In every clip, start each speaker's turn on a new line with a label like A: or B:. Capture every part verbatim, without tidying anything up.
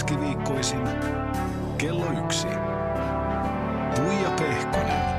A: keskiviikkoisin kello yksi. Tuija Pehkonen.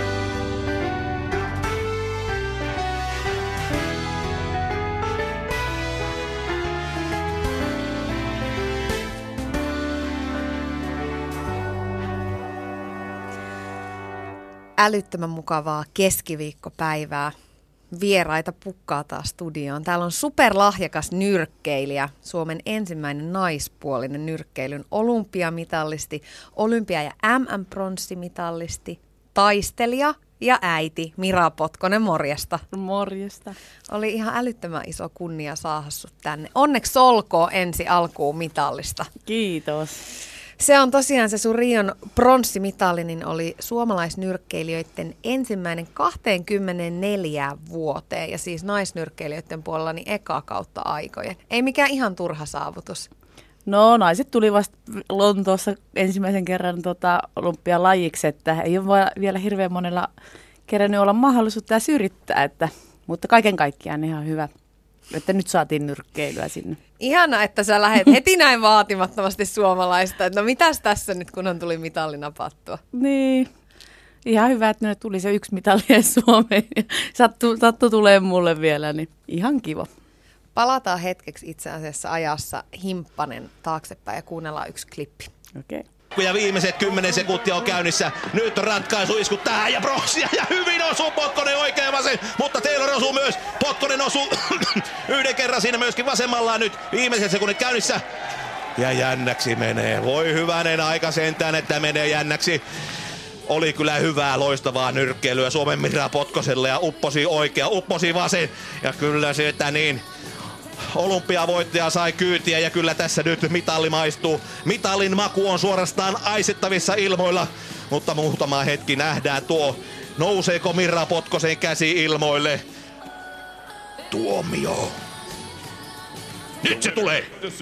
B: Älyttömän mukavaa keskiviikkopäivää. Vieraita pukkaa taas studioon. Täällä on superlahjakas nyrkkeilijä, Suomen ensimmäinen naispuolinen nyrkkeilyn olympiamitalisti, olympia- ja M M-pronssimitalisti, taistelija ja äiti Mira Potkonen, morjesta.
C: Morjesta.
B: Oli ihan älyttömän iso kunnia saada sut tänne. Onneksi olkoon ensi alkuun mitallista.
C: Kiitos.
B: Se on tosiaan se sun Rion pronssimitali, niin oli suomalaisnyrkkeilijöiden ensimmäinen kaksikymmentäneljä vuoteen ja siis naisnyrkkeilijöiden puolella niin eka kautta aikojen. Ei mikään ihan turha saavutus.
C: No naiset tuli vasta Lontoossa ensimmäisen kerran tota, olympialajiksi, että ei ole vielä hirveän monella kerännyt olla mahdollisuutta tässä yrittää, että, mutta kaiken kaikkiaan ihan hyvä, että nyt saatiin nyrkkeilyä sinne.
B: Ihana, että sä lähdet heti näin vaatimattomasti suomalaista, että no mitäs tässä nyt, kunhan tuli mitalli napattua.
C: Niin, ihan hyvä, että nyt tuli se yksi mitalli Suomeen. Sattu, sattu tulee mulle vielä, niin ihan kiva.
B: Palataan hetkeksi itse asiassa ajassa himppanen taaksepäin ja kuunnellaan yksi klippi.
C: Okei. Okay.
D: Ja viimeiset kymmenen sekuntia on käynnissä. Nyt on ratkaisuisku tähän ja bronssia ja hyvin osuu Potkonen oikein vasen. Mutta Taylor osuu myös. Potkonen osuu yhden kerran siinä myöskin vasemmallaan nyt. Viimeiset sekunnit käynnissä. Ja jännäksi menee. Voi hyvänen aika sentään, että menee jännäksi. Oli kyllä hyvää, loistavaa nyrkkeilyä Suomen Mira Potkoselle ja upposi oikea, upposi vasen. Ja kyllä se, että niin... Olympiavoittaja sai kyytiä ja kyllä tässä nyt mitalli maistuu. Mitalin maku on suorastaan aistettavissa ilmoilla, mutta muutama hetki nähdään tuo. Nouseeko Mira Potkosen käsi ilmoille? Tuomio. Nyt se tulee.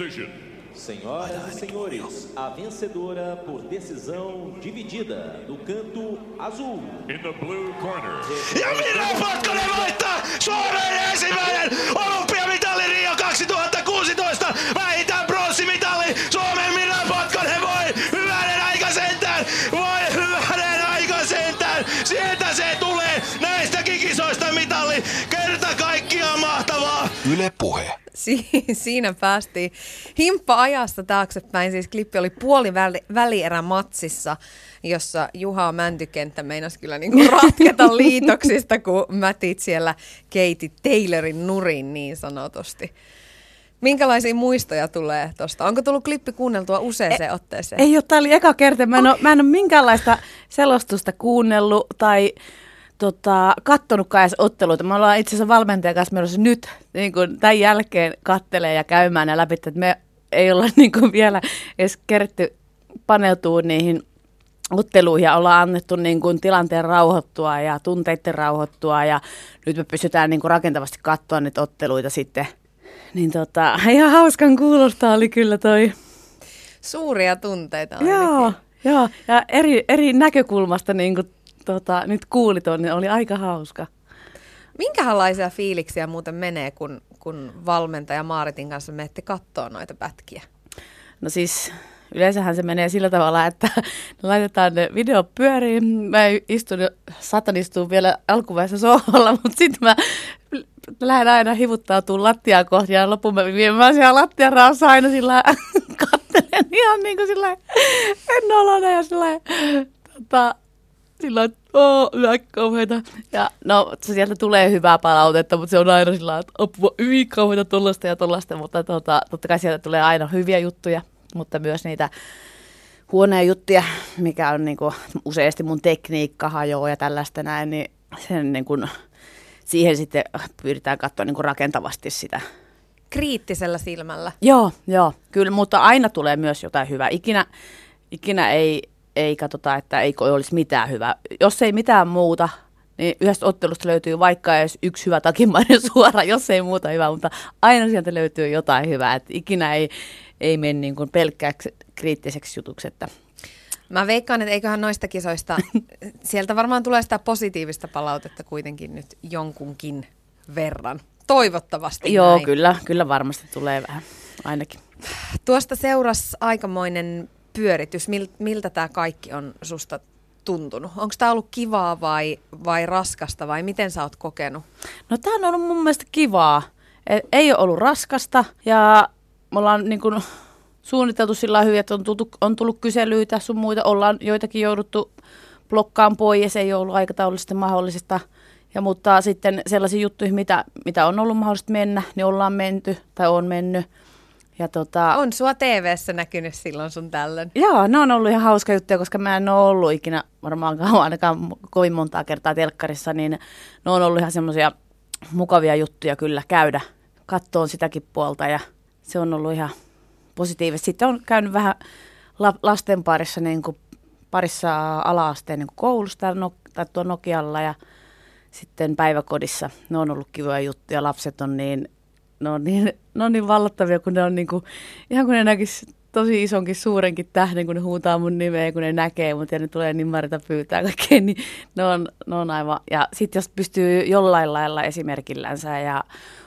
E: Senhoras e senhores, a vencedora por decisão dividida no canto azul.
F: In the blue corner.
D: Ja Mira Potkonen voittaa Suomen ensimmäinen olympiamitali Rio kaksituhattakuusitoista. Vähintään pronssimitali. Suomen Mira Potkonen voi hyvänen aika sentään. Voi hyvänen aika sentään. Sieltä se tulee näistäkin kisoista mitali. Kerta kaikkiaan mahtavaa.
A: Yle Puhe.
B: Si- siinä päästiin himppa-ajasta taaksepäin. Siis klippi oli puoli väli- välierä matsissa, jossa Juha Mäntykenttä meinasi kyllä niinku ratketa liitoksista, kun mätit siellä Katie Taylorin nurin niin sanotusti. Minkälaisia muistoja tulee tuosta? Onko tullut klippi kuunneltua useaseen otteeseen?
C: Ei ole, tämä oli eka kerta. Mä en, ole, mä en ole minkäänlaista selostusta kuunnellut tai... Tota, kattonutkaan edes otteluita. Me ollaan itse asiassa valmentajan kanssa menossa nyt niin kun tämän jälkeen kattelee ja käymään ja läpi, että me ei olla niin kun vielä edes keretty paneutua niihin otteluihin ja ollaan annettu niin kun tilanteen rauhoittua ja tunteiden rauhoittua ja nyt me pystytään niin kun rakentavasti katsoa niitä otteluita sitten. Niin tota, ihan hauskan kuulostaa oli kyllä toi.
B: Suuria tunteita ainakin.
C: Joo, joo. Ja eri, eri näkökulmasta niin kun Tota, nyt kuulit on, niin oli aika hauska.
B: Minkälaisia fiiliksiä muuten menee, kun, kun valmentaja Maaritin kanssa menette katsoa noita pätkiä?
C: No siis yleensähän se menee sillä tavalla, että laitetaan ne video pyöriin. Mä istun, saatan istua vielä alkuvaiheessa sohvalla, mutta sitten mä lähden aina hivuttautumaan lattiaa kohti ja lopun mä viemään siellä lattian raossa aina sillä katselen ihan niin kuin sillä ennolona ja sillä tota, silloin, että ooo, kauheita. Ja no, sieltä tulee hyvää palautetta, mutta se on aina sillä että apua, yli kauheita tuollaista ja tuollaista. Mutta tota, totta kai sieltä tulee aina hyviä juttuja, mutta myös niitä huonoja juttuja, mikä on niinku, useasti mun tekniikka hajoaa ja tällaista näin, niin sen niinku, siihen sitten pyritään katsoa niinku rakentavasti sitä.
B: Kriittisellä silmällä.
C: Joo, joo, kyllä, mutta aina tulee myös jotain hyvää. Ikinä, ikinä ei... Ei katsota, että ei olisi mitään hyvää. Jos ei mitään muuta, niin yhdestä ottelusta löytyy vaikka edes yksi hyvä takimainen suora, jos ei muuta hyvää, mutta aina sieltä löytyy jotain hyvää. Että ikinä ei, ei mene niin kuin pelkkääksi kriittiseksi jutuksi. Että.
B: Mä veikkaan, että eiköhän noista kisoista, sieltä varmaan tulee sitä positiivista palautetta kuitenkin nyt jonkunkin verran. Toivottavasti
C: Joo,
B: näin.
C: kyllä, kyllä varmasti tulee vähän, ainakin.
B: tuosta seurasi aikamoinen pyöritys. Mil, miltä tämä kaikki on susta tuntunut? Onko tämä ollut kivaa vai, vai raskasta vai miten sä oot kokenut?
C: No tämä on ollut mun mielestä kivaa. Et ei ole ollut raskasta ja me ollaan niin kun suunniteltu sillä hyvin, että on tullut, on tullut kyselyitä sun muita. Ollaan joitakin jouduttu blokkaan pois, ei ole ollut aikataulullisesti mahdollisesta. Ja mutta sitten sellaisia juttuja, mitä, mitä on ollut mahdollista mennä, niin ollaan menty tai on mennyt. Ja tota,
B: on sua T V:ssä näkynyt silloin sun tällöin.
C: Joo, ne on ollut ihan hauska juttuja, koska mä en ole ollut ikinä varmaankaan ainakaan kovin montaa kertaa telkkarissa, niin ne on ollut ihan semmoisia mukavia juttuja kyllä käydä kattoon sitäkin puolta ja se on ollut ihan positiivista. Sitten on käynyt vähän la- lasten parissa, niin kuin parissa ala-asteen niin kuin koulussa tai tuo Nokialla ja sitten päiväkodissa. Ne on ollut kivoja juttuja. Lapset on niin, ne on niin, ne on niin vallattavia, kun ne on niin kuin, ihan kun ne näkisi tosi isonkin suurenkin tähden, kun ne huutaa mun nimeä, kun ne näkee mut ja ne tulee nimmarita pyytää kaikkea, niin ne on, ne on aivan. Ja sitten jos pystyy jollain lailla esimerkillänsä ja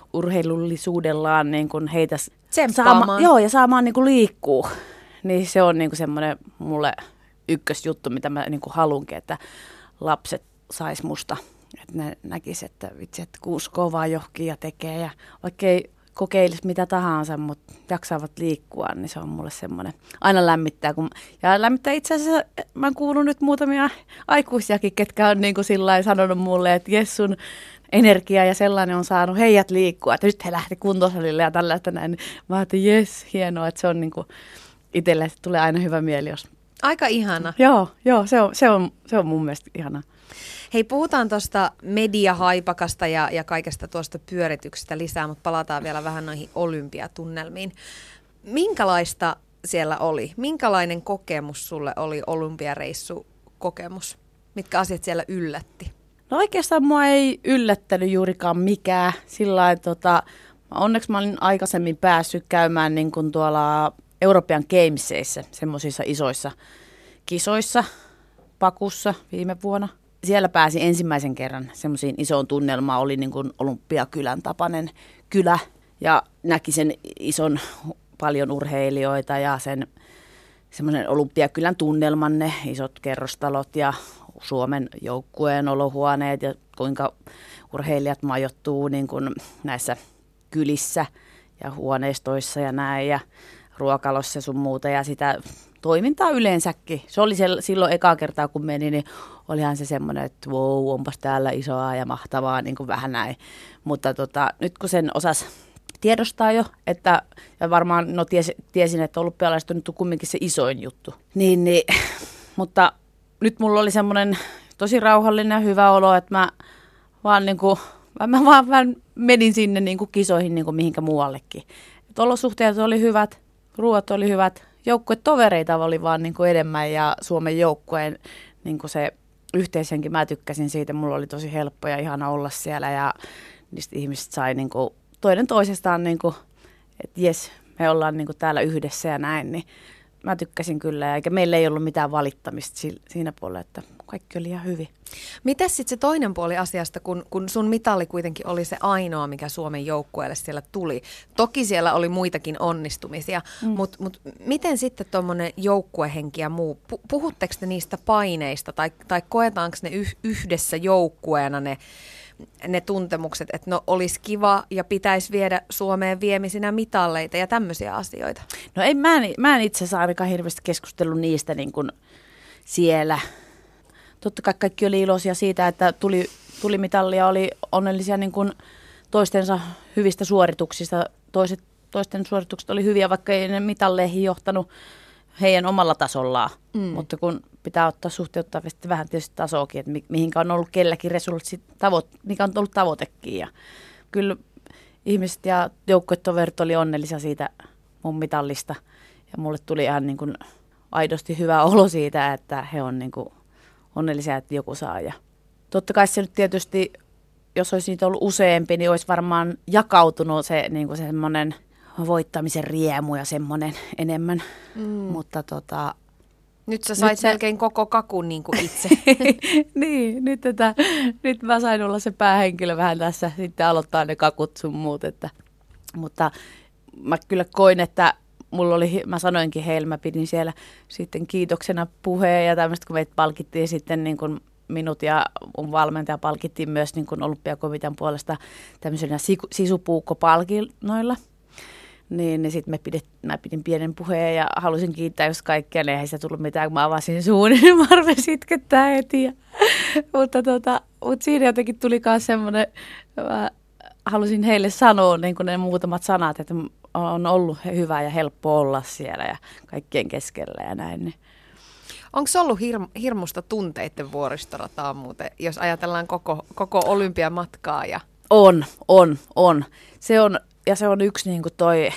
C: urheilullisuudellaan niin kun heitä saamaan, joo, ja saamaan niin kuin liikkuu, niin se on niin kuin semmoinen mulle ykkösjuttu, mitä mä niin kuin haluankin, että lapset sais musta. Että ne näkis, että vitsi, että kun uskoo vaan johonkin ja tekee ja vaikka ei kokeilisi mitä tahansa, mutta jaksaavat liikkua, niin se on mulle semmoinen, aina lämmittää. Kun, ja lämmittää itse asiassa, mä oon kuullut nyt muutamia aikuisiakin, ketkä on niin kuin sillain sanonut mulle, että jes sun energia ja sellainen on saanut heidät liikkua, että nyt he lähti kuntosalille ja tällaista näin. Mä ajattelin, jes, hienoa, että se on niin kuin itselle tulee aina hyvä mieli, jos...
B: Aika ihana.
C: Joo, joo se, on, se, on, se on mun mielestä ihana.
B: Hei, puhutaan tuosta mediahaipakasta ja, ja kaikesta tuosta pyörityksestä lisää, mutta palataan vielä vähän noihin olympiatunnelmiin. Minkälaista siellä oli? Minkälainen kokemus sulle oli olympiareissukokemus? Mitkä asiat siellä yllätti?
C: No oikeastaan mua ei yllättänyt juurikaan mikään. Sillain, tota, onneksi mä olin aikaisemmin päässyt käymään niin kuin tuolla European Gamesissa, semmoisissa isoissa kisoissa, Bakussa viime vuonna. Siellä pääsin ensimmäisen kerran semmoisiin isoon tunnelmaan, oli niin kuin Olympiakylän tapainen kylä ja näki sen ison paljon urheilijoita ja sen semmoisen Olympiakylän tunnelman, ne isot kerrostalot ja Suomen joukkueen olohuoneet ja kuinka urheilijat majoittuu niin kuin näissä kylissä ja huoneistoissa ja näin ja ruokalossa sun muuta ja sitä toimintaa yleensäkin. Se oli siellä, silloin ekaa kertaa kun meni, niin olihan se semmoinen, että wow, onpas täällä isoa ja mahtavaa, niin kuin vähän näin. Mutta tota, nyt kun sen osasi tiedostaa jo, että, ja varmaan no ties, tiesin, että olympialaiset on nyt kumminkin se isoin juttu. Niin, niin, mutta nyt mulla oli semmoinen tosi rauhallinen ja hyvä olo, että mä vaan, niin kuin, mä vaan, vaan menin sinne niin kuin kisoihin niin kuin mihinkä muuallekin. Et olosuhteet oli hyvät, ruoat oli hyvät, joukkuetovereita oli vaan niin kuin enemmän ja Suomen joukkueen niin kuin se yhteishenki, mä tykkäsin siitä, mulla oli tosi helppo ja ihana olla siellä ja niistä ihmisistä sai niin kuin toinen toisestaan, niin kuin, että jes, me ollaan niin kuin täällä yhdessä ja näin, niin mä tykkäsin kyllä, eikä meillä ei ollut mitään valittamista siinä puolella, että kaikki oli ihan hyvin.
B: Mites sitten se toinen puoli asiasta, kun, kun sun mitali kuitenkin oli se ainoa, mikä Suomen joukkueelle siellä tuli. Toki siellä oli muitakin onnistumisia, mm. mutta mut miten sitten tuommoinen joukkuehenki ja muu, puhutteko te niistä paineista tai, tai koetaanko ne yh, yhdessä joukkueena ne, ne tuntemukset, että no olisi kiva ja pitäisi viedä Suomeen viemisinä mitalleita ja tämmöisiä asioita?
C: No ei, mä en, mä en itse asiassa ainakaan hirveästi keskustellut niistä niin kuin siellä. Totta kai kaikki oli iloisia siitä, että tuli, tuli mitallia, oli onnellisia niin kuin toistensa hyvistä suorituksista. Toiset, toisten suoritukset oli hyviä, vaikka ei ne mitalleihin johtanut heidän omalla tasollaan. Mm. Mutta kun pitää ottaa suhteuttavasti vähän tietysti tasoakin, että mihinkä on ollut kelläkin resurssit, tavoit, mikä on ollut tavoitekin. Ja kyllä ihmiset ja joukkuetoverit oli onnellisia siitä mun mitallista. Ja mulle tuli ihan niin kuin aidosti hyvä olo siitä, että he on niin kuin onnellisia, että joku saa. Ja totta kai se nyt tietysti, jos olisi niitä ollut useampi, niin olisi varmaan jakautunut se niin kuin semmoinen voittamisen riemu ja semmoinen enemmän. Mm. Mutta tota...
B: Nyt sä sait nyt se... melkein koko kakun niin kuin itse.
C: niin, nyt, tätä, nyt mä sain olla se päähenkilö vähän tässä, sitten aloittaa ne kakut sun muut. Että, mutta mä kyllä koin, että mulla oli, mä sanoinkin heille, mä pidin siellä sitten kiitoksena puheen ja tämmöistä, kun meitä palkittiin sitten niin kuin minut ja mun valmentaja palkittiin myös niin kuin olympiakomitean puolesta tämmöisenä sisupuukkopalkinnoilla. Niin, niin sitten mä pidin pienen puheen ja halusin kiittää just kaikkia, niin eihän sitä tullut mitään, kun mä avasin suun, niin mä arvesin itkettää heti. Ja, mutta, tota, mutta siinä jotenkin tuli myös semmoinen, mä halusin heille sanoa niin kuin ne muutamat sanat, että on ollut hyvä ja helppo olla siellä ja kaikkien keskellä ja näin. Niin.
B: Onko se ollut hir- hirmusta tunteiden vuoristorataa muuten, jos ajatellaan koko, koko olympiamatkaa? Ja...
C: On, on, on. Se on, ja se on yksi niin kuin toi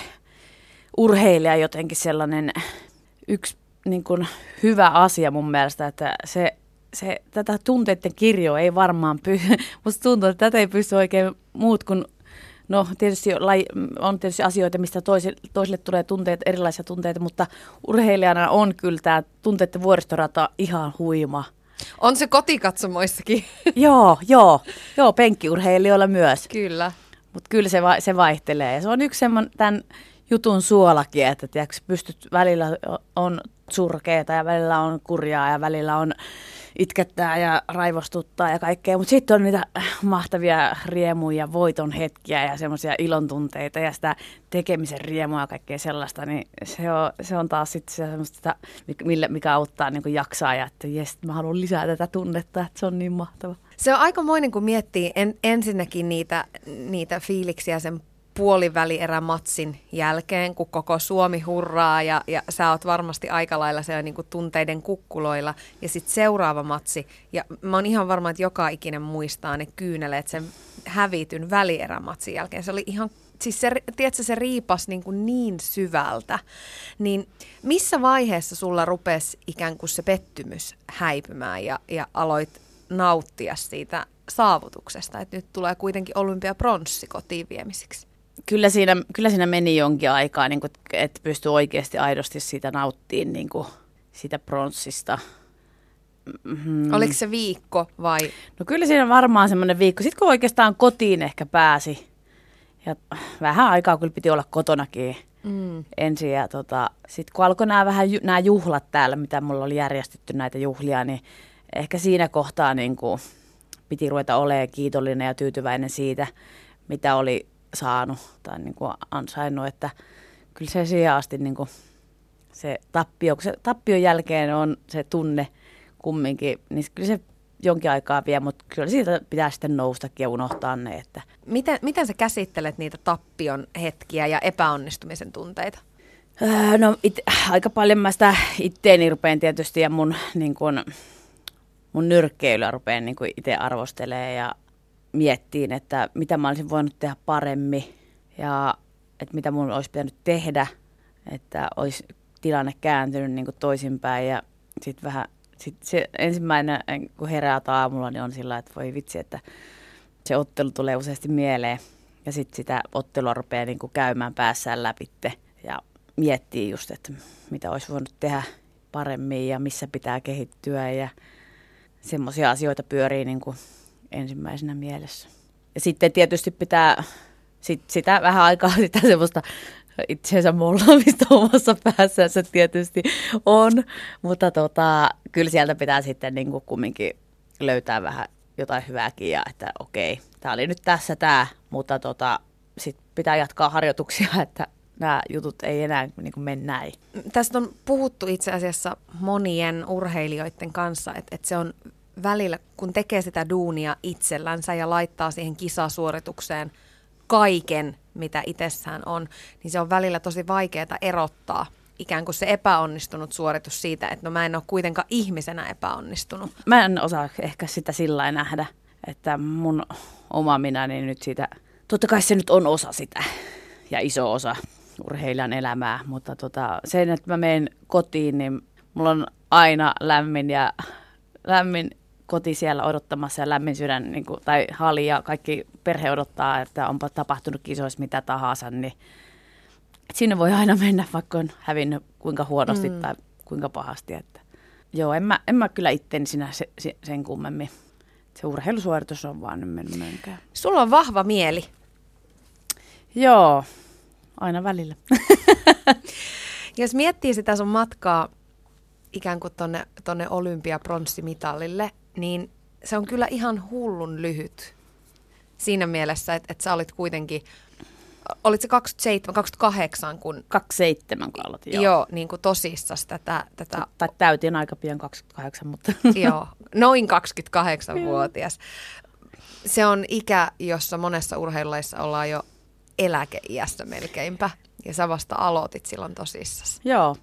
C: urheilija jotenkin sellainen yksi niin kuin hyvä asia mun mielestä, että se, se, tätä tunteiden kirjoa ei varmaan pysty, musta tuntuu, että tätä ei pysty oikein muut kuin, no tietysti on tietysti asioita, mistä toisille, toisille tulee tunteita, erilaisia tunteita, mutta urheilijana on kyllä tämä tunteiden vuoristorata ihan huima.
B: On se kotikatsomoissakin.
C: joo, joo, joo, penkkiurheilijoilla myös.
B: Kyllä.
C: Mutta kyllä se, va- se vaihtelee. Ja se on yksi semmoinen tämän jutun suolakin, että tiedätkö, pystyt, välillä on surkeeta ja välillä on kurjaa ja välillä on itkettää ja raivostuttaa ja kaikkea. Mutta sitten on niitä mahtavia riemuja, voiton hetkiä ja semmoisia ilontunteita ja sitä tekemisen riemua ja kaikkea sellaista. Niin se on, se on taas sitten se semmoista, mikä auttaa niin kuin jaksaa ja että jes, mä haluan lisää tätä tunnetta, että se on niin mahtava.
B: Se on aikamoinen, kun miettii en, ensinnäkin niitä, niitä fiiliksiä sen puolivälierämatsin jälkeen, kun koko Suomi hurraa ja, ja sä oot varmasti aika lailla siellä niin kuin tunteiden kukkuloilla. Ja sitten seuraava matsi, ja mä oon ihan varma, että joka ikinen muistaa ne kyyneleet sen hävityn välierämatsin jälkeen. Se oli ihan, siis se, tiedätkö, se riipas niin, kuin niin syvältä. Niin missä vaiheessa sulla rupesi ikään kuin se pettymys häipymään ja, ja aloit nauttia siitä saavutuksesta, että nyt tulee kuitenkin olympiapronssi kotiin viemisiksi?
C: Kyllä siinä, kyllä siinä meni jonkin aikaa, niin kuin, että pystyi oikeasti aidosti siitä nauttimaan niin kuin, siitä pronssista. Mm-hmm.
B: Oliko se viikko vai?
C: No kyllä siinä varmaan semmoinen viikko. Sitten kun oikeastaan kotiin ehkä pääsi, ja vähän aikaa kyllä piti olla kotonakin mm. ensin. Ja tota, sitten kun alkoi nämä, vähän, nämä juhlat täällä, mitä mulla oli järjestetty näitä juhlia, niin ehkä siinä kohtaa niin kuin piti ruveta olemaan kiitollinen ja tyytyväinen siitä, mitä oli saanut tai niin kuin ansainnut. Että kyllä se siihen asti niin kuin se tappio, kun se tappion jälkeen on se tunne kumminkin, niin kyllä se jonkin aikaa vie, mutta kyllä siitä pitää sitten noustakin ja unohtaa ne. Että.
B: Miten, miten sä käsittelet niitä tappion hetkiä ja epäonnistumisen tunteita?
C: Öö, no it, aika paljon mä sitä itteeni rupean tietysti ja mun niin kuin, mun nyrkkeilyä rupean niin kuin itse arvostelemaan ja miettiin, että mitä mä olisin voinut tehdä paremmin ja että mitä mun olisi pitänyt tehdä, että olisi tilanne kääntynyt niin kuin toisinpäin. Ja sitten vähän, sit se ensimmäinen, kun herää aamulla, niin on sillä, että voi vitsi, että se ottelu tulee useasti mieleen. Ja sitten sitä ottelua rupeaa niin kuin käymään päässään läpitte ja miettii just, että mitä olisi voinut tehdä paremmin ja missä pitää kehittyä ja semmoisia asioita pyörii niin kuin ensimmäisenä mielessä. Ja sitten tietysti pitää sit, sitä vähän aikaa sitä semmoista itseensä mollaamista omassa päässä se tietysti on, mutta tota, kyllä sieltä pitää sitten niin kuin kumminkin löytää vähän jotain hyvääkin ja että okei, tämä oli nyt tässä tämä, mutta tota, sitten pitää jatkaa harjoituksia, että nämä jutut ei enää niin kuin mene näin.
B: Tästä on puhuttu itse asiassa monien urheilijoiden kanssa, että, että se on välillä, kun tekee sitä duunia itsellänsä ja laittaa siihen kisasuoritukseen kaiken, mitä itsessään on, niin se on välillä tosi vaikeaa erottaa ikään kuin se epäonnistunut suoritus siitä, että no mä en ole kuitenkaan ihmisenä epäonnistunut.
C: Mä en osaa ehkä sitä sillä lailla nähdä, että mun oma minä, niin nyt siitä, totta kai se nyt on osa sitä ja iso osa urheilijan elämää, mutta tota, sen, että mä menen kotiin, niin mulla on aina lämmin ja lämmin koti siellä odottamassa ja lämmin sydän niin kuin, tai hali ja kaikki perhe odottaa, että onpa tapahtunut kisoissa mitä tahansa, niin sinne voi aina mennä, vaikka on hävinnyt kuinka huonosti mm. tai kuinka pahasti. Että. Joo, en mä, en mä kyllä itteni sinä se, se, sen kummemmin. Se urheilusuoritus on vaan nyt mennyt mönkään.
B: Sulla on vahva mieli.
C: Joo, aina välillä.
B: Jos miettii sitä sun matkaa ikään kuin tonne, tonne olympiapronssimitalille, niin se on kyllä ihan hullun lyhyt siinä mielessä, että, että sä olit kuitenkin, olit se kaksikymmentäseitsemän kaksikymmentäkahdeksan, kun...
C: kaksikymmentäseitsemän kun aloitin, joo.
B: Joo, niin kuin tosissas tätä... tätä
C: tai täytin aika pian kaksikymmentäkahdeksan, mutta...
B: Joo, noin kaksikymmentäkahdeksanvuotias. Se on ikä, jossa monessa urheilulaissa ollaan jo eläkeiässä melkeinpä, ja sä vasta aloitit silloin tosissas.
C: Joo.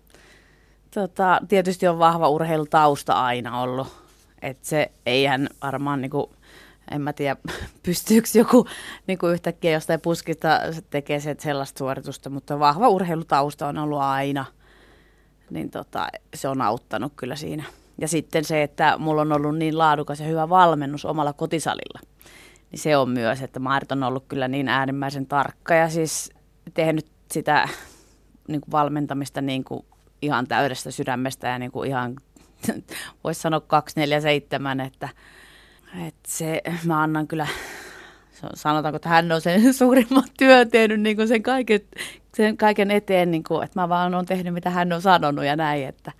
C: Tota, tietysti on vahva urheilutausta aina ollut. Että se eihän varmaan, niinku, en mä tiedä, pystyykö joku niinku yhtäkkiä jostain puskista tekee se, sellaista suoritusta, mutta vahva urheilutausta on ollut aina. Niin tota, se on auttanut kyllä siinä. Ja sitten se, että mulla on ollut niin laadukas ja hyvä valmennus omalla kotisalilla, niin se on myös, että Maarit on ollut kyllä niin äärimmäisen tarkka ja siis tehnyt sitä niin kuin valmentamista niin kuin ihan täydestä sydämestä ja niin kuin ihan, voisi sanoa kaksikymmentäneljä seitsemän, että, että se, mä annan kyllä, sanotaanko, että hän on sen suurimman työn tehnyt niin kuin sen, kaiken, sen kaiken eteen, niin kuin, että mä vaan olen tehnyt mitä hän on sanonut ja näin, että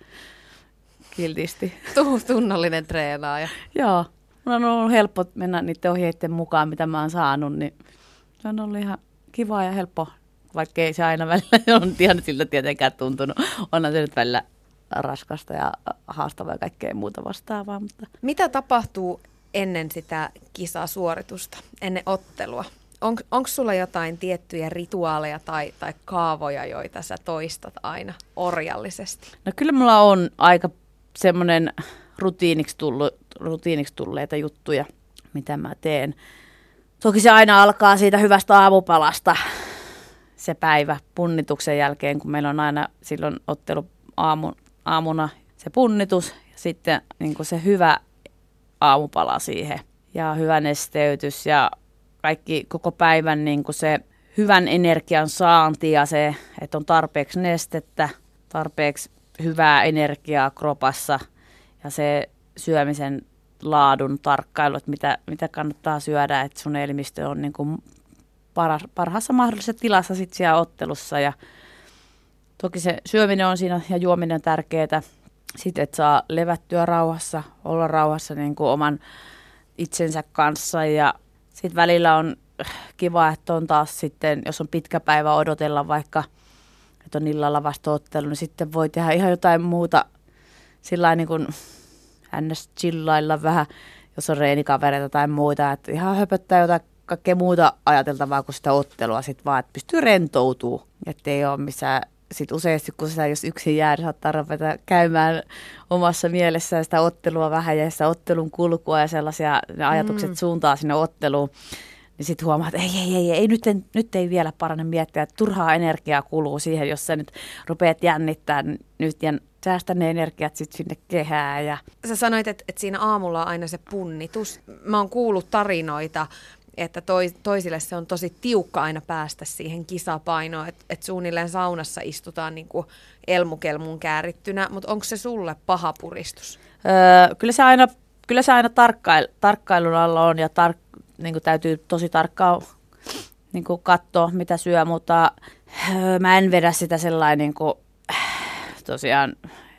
C: kiltisti.
B: Tunnollinen treenaaja.
C: Joo, mulla on ollut helppo mennä niiden ohjeiden mukaan, mitä mä oon saanut, niin se on ollut ihan kiva ja helppo. Vaikka ei se aina välillä on ihan siltä tietenkään tuntunut. Onhan se nyt välillä raskasta ja haastavaa ja kaikkea muuta vastaavaa. Mutta.
B: Mitä tapahtuu ennen sitä kisasuoritusta, ennen ottelua? On, onko sulla jotain tiettyjä rituaaleja tai, tai kaavoja, joita sä toistat aina orjallisesti?
C: No kyllä mulla on aika semmoinen rutiiniksi, tullut, rutiiniksi tulleita juttuja, mitä mä teen. Toki se aina alkaa siitä hyvästä aamupalasta. Se päivä punnituksen jälkeen, kun meillä on aina silloin ottelu aamu, aamuna se punnitus ja sitten niin kuin se hyvä aamupala siihen ja hyvä nesteytys ja kaikki koko päivän niin kuin se hyvän energian saanti ja se, että on tarpeeksi nestettä, tarpeeksi hyvää energiaa kropassa ja se syömisen laadun tarkkailu, että mitä, mitä kannattaa syödä, että sun elimistö on niin kuin parhaassa mahdollisessa tilassa sit siellä ottelussa ja toki se syöminen on siinä ja juominen on tärkeää. Sitten, että saa levättyä rauhassa, olla rauhassa niin kuin oman itsensä kanssa ja sitten välillä on kiva, että on taas sitten, jos on pitkä päivä odotella vaikka, että on illalla vasta ottelu, niin sitten voi tehdä ihan jotain muuta sillä niin kuin ns. Chillailla vähän, jos on reenikavereita tai muuta, että ihan höpöttää jotain kaikkea muuta ajateltavaa kuin sitä ottelua, sit vaan, että pystyy rentoutumaan, ettei ole missään, sit useasti kun sitä jos yksin jää, niin saattaa ruveta käymään omassa mielessään sitä ottelua vähän ja sitä ottelun kulkua ja sellaisia ne ajatukset mm. suuntaa sinne otteluun, niin sitten huomaa, että ei, ei, ei, ei nyt, en, nyt ei vielä parane miettiä, että turhaa energiaa kuluu siihen, jos sä nyt rupeat jännittämään nyt ja säästä ne energiat sitten sinne kehään. Ja.
B: Sä sanoit, että, että siinä aamulla on aina se punnitus. Mä oon kuullut tarinoita, että toi, toisille se on tosi tiukka aina päästä siihen kisapainoon, että, että suunnilleen saunassa istutaan niin kuin elmukelmun käärittynä, mutta onko se sulle paha puristus?
C: Öö, kyllä se aina, kyllä se aina tarkkail, tarkkailun alla on ja tar- niin kuin täytyy tosi tarkkaan niin kuin katsoa, mitä syö, mutta öö, mä en vedä sitä sellainen niin kuin, tosiaan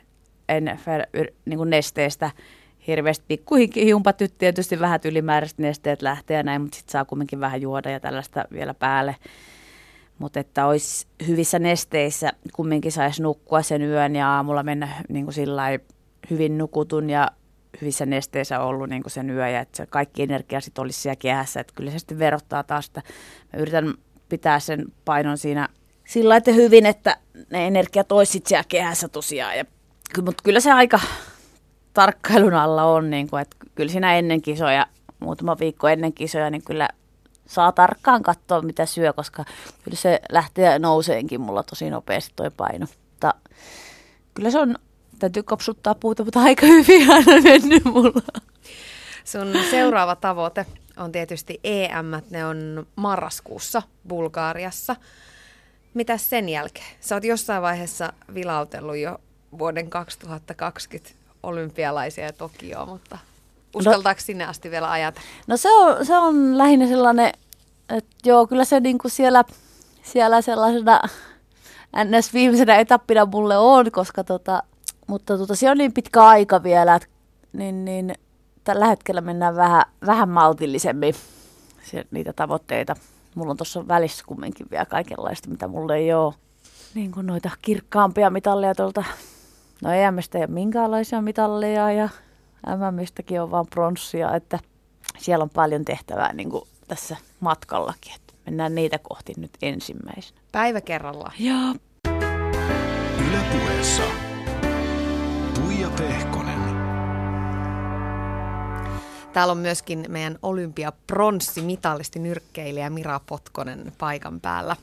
C: en niin kuin nesteestä hirveästi pikkuhumpat nyt tietysti vähän ylimääräiset nesteet lähtee ja näin, mutta sitten saa kumminkin vähän juoda ja tällaista vielä päälle. Mutta että olisi hyvissä nesteissä, kumminkin saisi nukkua sen yön ja aamulla mennä niin kuin sillai hyvin nukutun ja hyvissä nesteissä ollut niin kuin sen yö ja että se kaikki energia sitten olisi siellä kehässä. Että kyllä se sitten verottaa taas, että mä yritän pitää sen painon siinä sillä että hyvin, että ne energiat olisi sitten siellä kehässä tosiaan. Ja, mutta kyllä se aika tarkkailun alla on, niin kuin, että kyllä siinä ennen kisoja, muutama viikko ennen kisoja, niin kyllä saa tarkkaan katsoa, mitä syö, koska kyllä se lähtee nouseenkin mulla tosi nopeasti toi paino. Mutta kyllä se on, täytyy kopsuttaa puuta, mutta aika hyvin aina mennyt mulla.
B: Sun seuraava tavoite on tietysti E M, ne on marraskuussa Bulgariassa. Mitäs sen jälkeen? Sä oot jossain vaiheessa vilautellut jo vuoden kaksituhattakaksikymmentä olympialaisia ja Tokioa, mutta uskaltaako no, sinne asti vielä ajatella?
C: No se on, se on lähinnä sellainen, että joo, kyllä se niinku siellä, siellä sellaisena ns. Viimeisenä etappina mulle on, koska tota, mutta tota, se on niin pitkä aika vielä, että niin, niin, tällä hetkellä mennään vähän, vähän maltillisemmin se, niitä tavoitteita. Mulla on tuossa välissä kumminkin vielä kaikenlaista, mitä mulla ei ole. Niin kuin noita kirkkaampia mitalleja tuolta. No E M:stä ei ole minkäänlaisia mitalleja ja M M:stäkin on vaan pronssia, että siellä on paljon tehtävää niin kuin tässä matkallakin. Että mennään niitä kohti nyt ensimmäisenä.
B: Päivä kerrallaan.
C: Joo.
A: Yle Puheessa Tuija Pehkonen.
B: Täällä on myöskin meidän olympiapronssimitalisti nyrkkeilijä Mira Potkonen paikan päällä.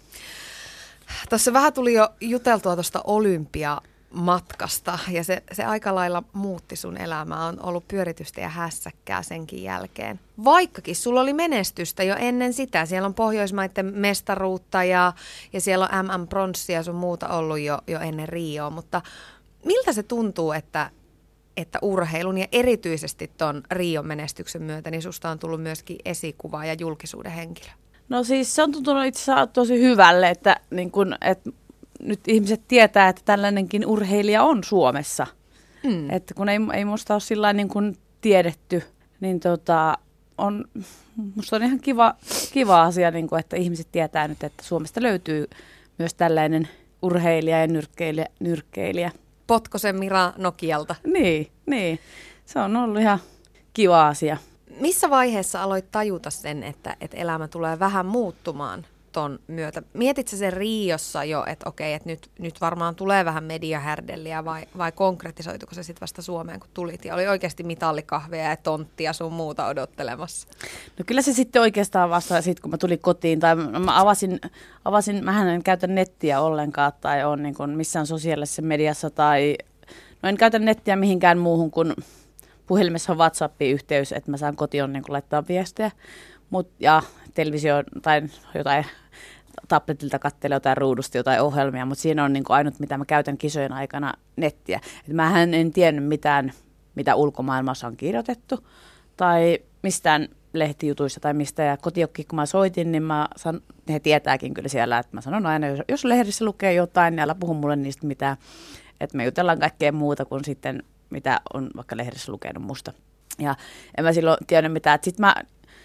B: Tuossa vähän tuli jo juteltua tuosta olympiamatkasta ja se, se aika lailla muutti sun elämää. On ollut pyöritystä ja hässäkkää senkin jälkeen. Vaikkakin sulla oli menestystä jo ennen sitä. Siellä on Pohjoismaiden mestaruutta ja, ja siellä on M M-pronssia sun muuta ollut jo, jo ennen Rioa. Mutta miltä se tuntuu, että että urheilun ja erityisesti tuon Rion menestyksen myötä, niin susta on tullut myöskin esikuva ja julkisuuden henkilö?
C: No siis se on tuntunut itse asiassa tosi hyvälle, että, niin kun, että nyt ihmiset tietää, että tällainenkin urheilija on Suomessa. Mm. Että kun ei, ei musta ole sillä niin kuin tiedetty, niin tota, on, musta on ihan kiva, kiva asia, niin kun, että ihmiset tietää nyt, että Suomesta löytyy myös tällainen urheilija ja nyrkkeilijä. nyrkkeilijä.
B: Potkosen Mira Nokialta.
C: Niin, niin, se on ollut ihan kiva asia.
B: Missä vaiheessa aloit tajuta sen, että, että elämä tulee vähän muuttumaan ton myötä? Mietitkö sen Riossa jo, että okei, että nyt, nyt varmaan tulee vähän mediahärdelliä vai, vai konkretisoituko se sitten vasta Suomeen, kun tulit? Ja oli oikeasti mitallikahveja ja tonttia sun muuta odottelemassa.
C: No kyllä se sitten oikeastaan vasta sitten, kun mä tulin kotiin tai mä avasin, avasin mähän en käytä nettiä ollenkaan tai on niin kuin missään sosiaalisessa mediassa tai no en käytä nettiä mihinkään muuhun kuin puhelimessa on WhatsApp-yhteys, että mä saan kotiin niin laittaa viestejä mut, ja televisio tai jotain tabletilta katselee jotain ruudusta jotain ohjelmia, mutta siinä on niin kuin ainut, mitä mä käytän kisojen aikana nettiä. Et mähän en tiennyt mitään, mitä ulkomaailmassa on kirjoitettu tai mistään lehtijutuista tai mistä. Ja kotiokki, kun mä soitin, niin mä san, he tietääkin kyllä siellä, että mä sanon aina, jos, jos lehdessä lukee jotain, niin älä puhu mulle niistä mitään. Että me jutellaan kaikkea muuta kuin sitten, mitä on vaikka lehdessä lukenut musta. Ja en mä silloin tiennyt mitään. Sitten mä,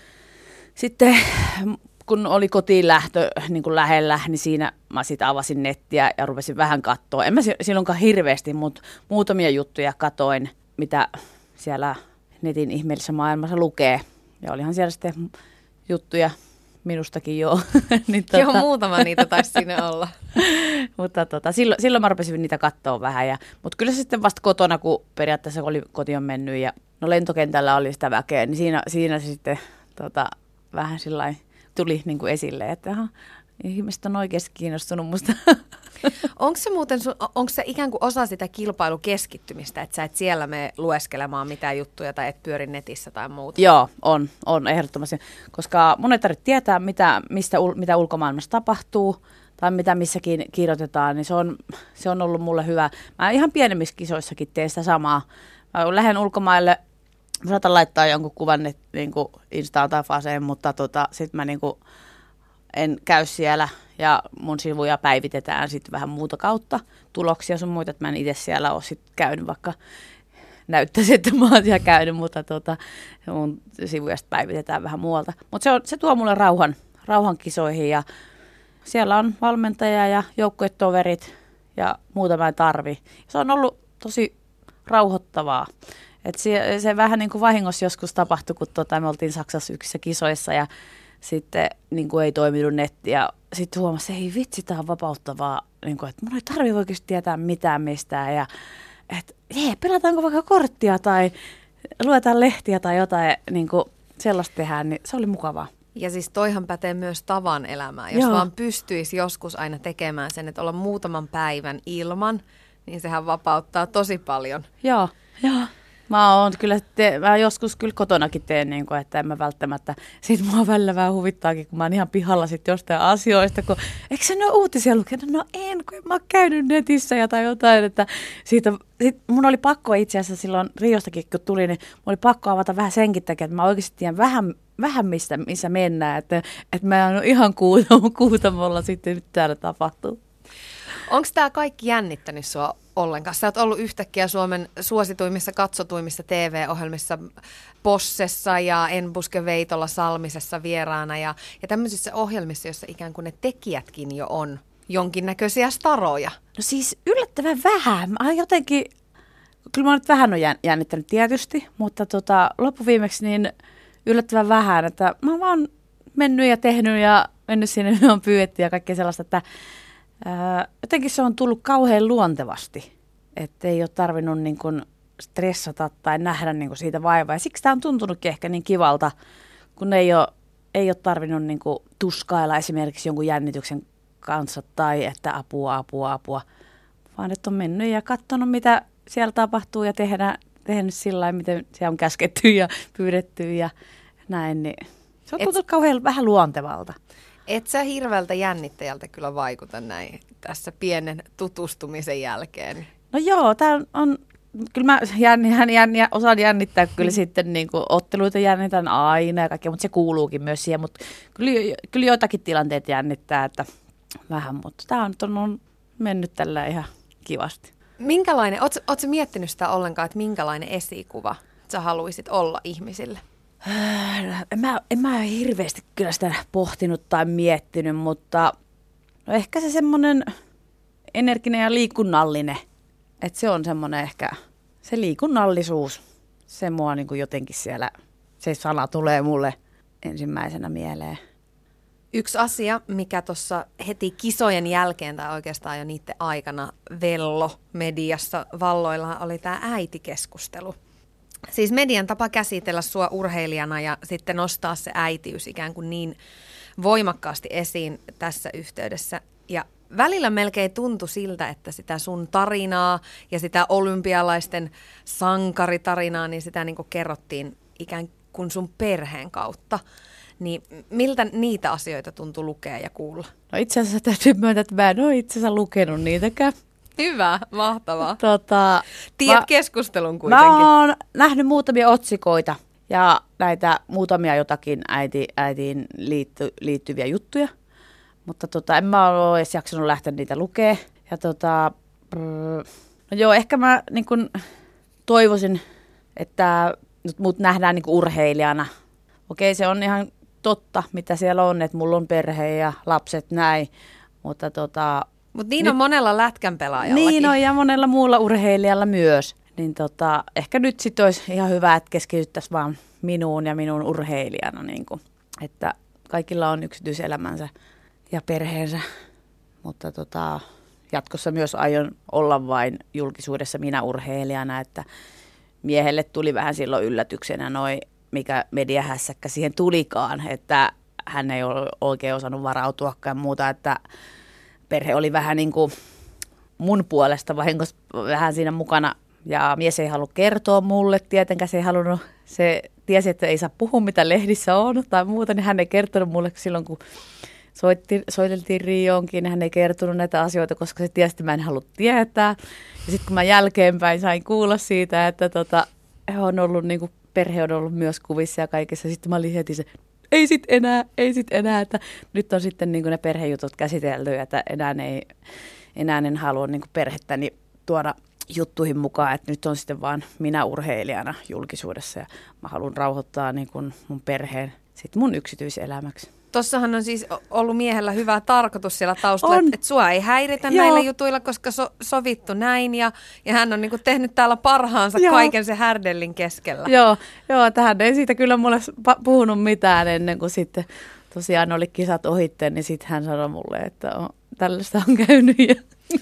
C: sitten kun oli kotiin lähtö niin kuin lähellä, niin siinä mä sitten avasin nettiä ja rupesin vähän katsoa. En mä silloinkaan hirveästi, mutta muutamia juttuja katoin, mitä siellä netin ihmeellisessä maailmassa lukee. Ja olihan siellä sitten juttuja minustakin jo. niin
B: tota... Joo, muutama niitä taisi siinä olla.
C: mutta tota, silloin, silloin mä rupesin niitä katsoa vähän. Ja, mutta kyllä se sitten vasta kotona, kun periaatteessa oli koti on mennyt ja no lentokentällä oli sitä väkeä, niin siinä, siinä se sitten tota, vähän sillain tuli niin kuin esille, että aha, ihmiset on oikeasti kiinnostunut musta.
B: Onko se muuten, onko se ikään kuin osa sitä kilpailukeskittymistä, että sä et siellä mene lueskelemaan mitään juttuja tai et pyöri netissä tai muuta?
C: Joo, on, on ehdottomasti, koska mun ei tarvitse tietää, mitä, mistä, mitä ulkomaailmassa tapahtuu tai mitä missäkin kirjoitetaan, niin se on, se on ollut mulle hyvä. Mä ihan pienemmissä kisoissakin teen sitä samaa. Mä lähden ulkomaille, mä saatan laittaa jonkun kuvan niin kuin Instaan tai Faseen, mutta tota, sitten mä niin kuin en käy siellä ja mun sivuja päivitetään sitten vähän muuta kautta, tuloksia sun muita, että mä en itse siellä ole sitten käynyt, vaikka näyttäisi, että mä oon siellä käynyt, mutta tota, mun sivuja sitten päivitetään vähän muualta. Mutta se, se tuo mulle rauhan, rauhan kisoihin ja siellä on valmentaja ja joukkuetoverit ja muuta mä en tarvi. Se on ollut tosi rauhoittavaa. Et se, se vähän niin kuin vahingossa joskus tapahtui, kun tota, me oltiin Saksassa yksissä kisoissa ja sitten niin kuin ei toiminut netti ja sitten huomasi, että ei vitsi, tämä on vapauttavaa, niin kuin, että mun ei tarvitse oikeasti tietää mitään mistään ja että hei, pelataanko vaikka korttia tai luetaan lehtiä tai jotain, niin kuin sellaista tehdään, niin se oli mukavaa.
B: Ja siis toihan pätee myös tavan elämään, jos Joo. vaan pystyisi joskus aina tekemään sen, että olla muutaman päivän ilman, niin sehän vapauttaa tosi paljon.
C: Joo, joo. Mä oon kyllä, te, mä joskus kyllä kotonakin teen, niin kuin, että en mä välttämättä, sit mua välillä vähän huvittaakin, kun mä oon ihan pihalla sit jostain asioista, kun eikö sä ne uutisia lukenut? No en, kun mä oon käynyt netissä ja tai jotain, että siitä, sit mun oli pakko itse asiassa silloin Riostakin, kun tuli, niin mun oli pakko avata vähän senkin takia, että mä oikeasti tiedän vähän, vähän mistä, missä mennään, että, että mä en ole ihan kuutamolla sitten, mitä täällä tapahtuu.
B: Onko tämä kaikki jännittänyt sua ollenkaan? Sä oot ollut yhtäkkiä Suomen suosituimmissa, katsotuimmissa T V-ohjelmissa Possessa ja En puske Veitolla Salmisessa vieraana ja, ja tämmöisissä ohjelmissa, joissa ikään kuin ne tekijätkin jo on jonkinnäköisiä staroja.
C: No siis yllättävän vähän. Mä jotenkin, kyllä mä nyt vähän on jännittänyt tietysti, mutta tota, loppuviimeksi niin yllättävän vähän, että mä oon vaan mennyt ja tehnyt ja mennyt sinne, minne on pyydetty ja kaikkea sellaista, että ää, jotenkin se on tullut kauhean luontevasti, että ei ole tarvinnut niin kuin stressata tai nähdä niin kuin siitä vaivaa. Ja siksi tämä on tuntunutkin ehkä niin kivalta, kun ei ole, ei ole tarvinnut niin kuin tuskailla esimerkiksi jonkun jännityksen kanssa tai että apua, apua, apua, vaan että on mennyt ja katsonut, mitä siellä tapahtuu ja tehdä, tehnyt sillä lailla, miten se on käsketty ja pyydetty ja näin. Niin se on tuntunut Et... kauhean vähän luontevalta.
B: Et sä hirveältä jännittäjältä kyllä vaikuta näin tässä pienen tutustumisen jälkeen.
C: No joo, tää on, on kyllä mä jänn, jänn, jänn, osaan jännittää kyllä mm. sitten niin kuin otteluita jännitän aina ja kaikkea, mutta se kuuluukin myös siihen, mutta kyllä, kyllä joitakin tilanteet jännittää, että vähän, mutta tää on, on mennyt tällä ihan kivasti.
B: Minkälainen, ootko, ootko miettinyt sitä ollenkaan, että minkälainen esikuva sä haluaisit olla ihmisille?
C: En mä, en mä ole hirveästi kyllä sitä pohtinut tai miettinyt, mutta no ehkä se semmoinen energinen ja liikunnallinen, että se on semmoinen ehkä se liikunnallisuus, se mua niin kuin jotenkin siellä, se sana tulee mulle ensimmäisenä mieleen.
B: Yksi asia, mikä tuossa heti kisojen jälkeen tai oikeastaan jo niiden aikana vello mediassa valloillaan oli tämä äitikeskustelu. Siis median tapa käsitellä sua urheilijana ja sitten nostaa se äitiys ikään kuin niin voimakkaasti esiin tässä yhteydessä. Ja välillä melkein tuntui siltä, että sitä sun tarinaa ja sitä olympialaisten sankaritarinaa, niin sitä niin kuin kerrottiin ikään kuin sun perheen kautta. Niin miltä niitä asioita tuntui lukea ja kuulla?
C: No itse asiassa täytyy myöntää, että mä en ole itse asiassa lukenut niitäkään.
B: Hyvä, mahtavaa.
C: Tota,
B: Tiedät
C: mä,
B: keskustelun kuitenkin.
C: Mä oon nähnyt muutamia otsikoita ja näitä muutamia jotakin äiti, äitiin liitty, liittyviä juttuja. Mutta tota, en mä ole edes jaksanut lähteä niitä lukea. Ja tota, no joo, ehkä mä niin kun toivoisin, että mut nähdään niin kun urheilijana. Okei, se on ihan totta, mitä siellä on, että mulla on perhe ja lapset näin, mutta tota...
B: Mutta niin nyt, on monella lätkän pelaajallakin.
C: Niin on, ja monella muulla urheilijalla myös. Niin tota, ehkä nyt sitten olisi ihan hyvä, että keskityttäisiin vaan minuun ja minun urheilijana. Niin kun, että kaikilla on yksityiselämänsä ja perheensä, mutta tota, jatkossa myös aion olla vain julkisuudessa minä urheilijana, että miehelle tuli vähän silloin yllätyksenä noi, mikä mediahässäkkä siihen tulikaan, että hän ei ole oikein osannut varautuakaan muuta, että perhe oli vähän niin kuin mun puolesta vahingossa vähän siinä mukana ja mies ei halua kertoa mulle, tietenkään se ei halunnut, se tiesi, että ei saa puhua mitä lehdissä on tai muuta, niin hän ei kertonut mulle silloin, kun soitti, soiteltiin Rioonkin, niin hän ei kertonut näitä asioita, koska se tiesi, että mä en halua tietää. Ja sitten kun mä jälkeenpäin sain kuulla siitä, että tota, on ollut niin kuin perhe on ollut myös kuvissa ja kaikessa. Sitten mä olin heti se, ei sit enää, ei sit enää. Että nyt on sitten niin kuin ne perhejutut käsitelty, että enää, ei, enää en halua niin kuin perhettäni tuoda juttuihin mukaan. Että nyt on sitten vaan minä urheilijana julkisuudessa ja mä haluan rauhoittaa niin kuin mun perheen sitten mun yksityiselämäksi.
B: Tossahan on siis ollut miehellä hyvä tarkoitus siellä taustalla, että et sua ei häiritä Joo. näillä jutuilla, koska so, sovittu näin ja, ja hän on niinku tehnyt täällä parhaansa Joo. kaiken se härdellin keskellä.
C: Joo, Joo tähän ei siitä kyllä mulle puhunut mitään ennen kuin sitten tosiaan oli kisat ohitteen, niin sitten hän sanoi mulle, että on, tällaista on käynyt ja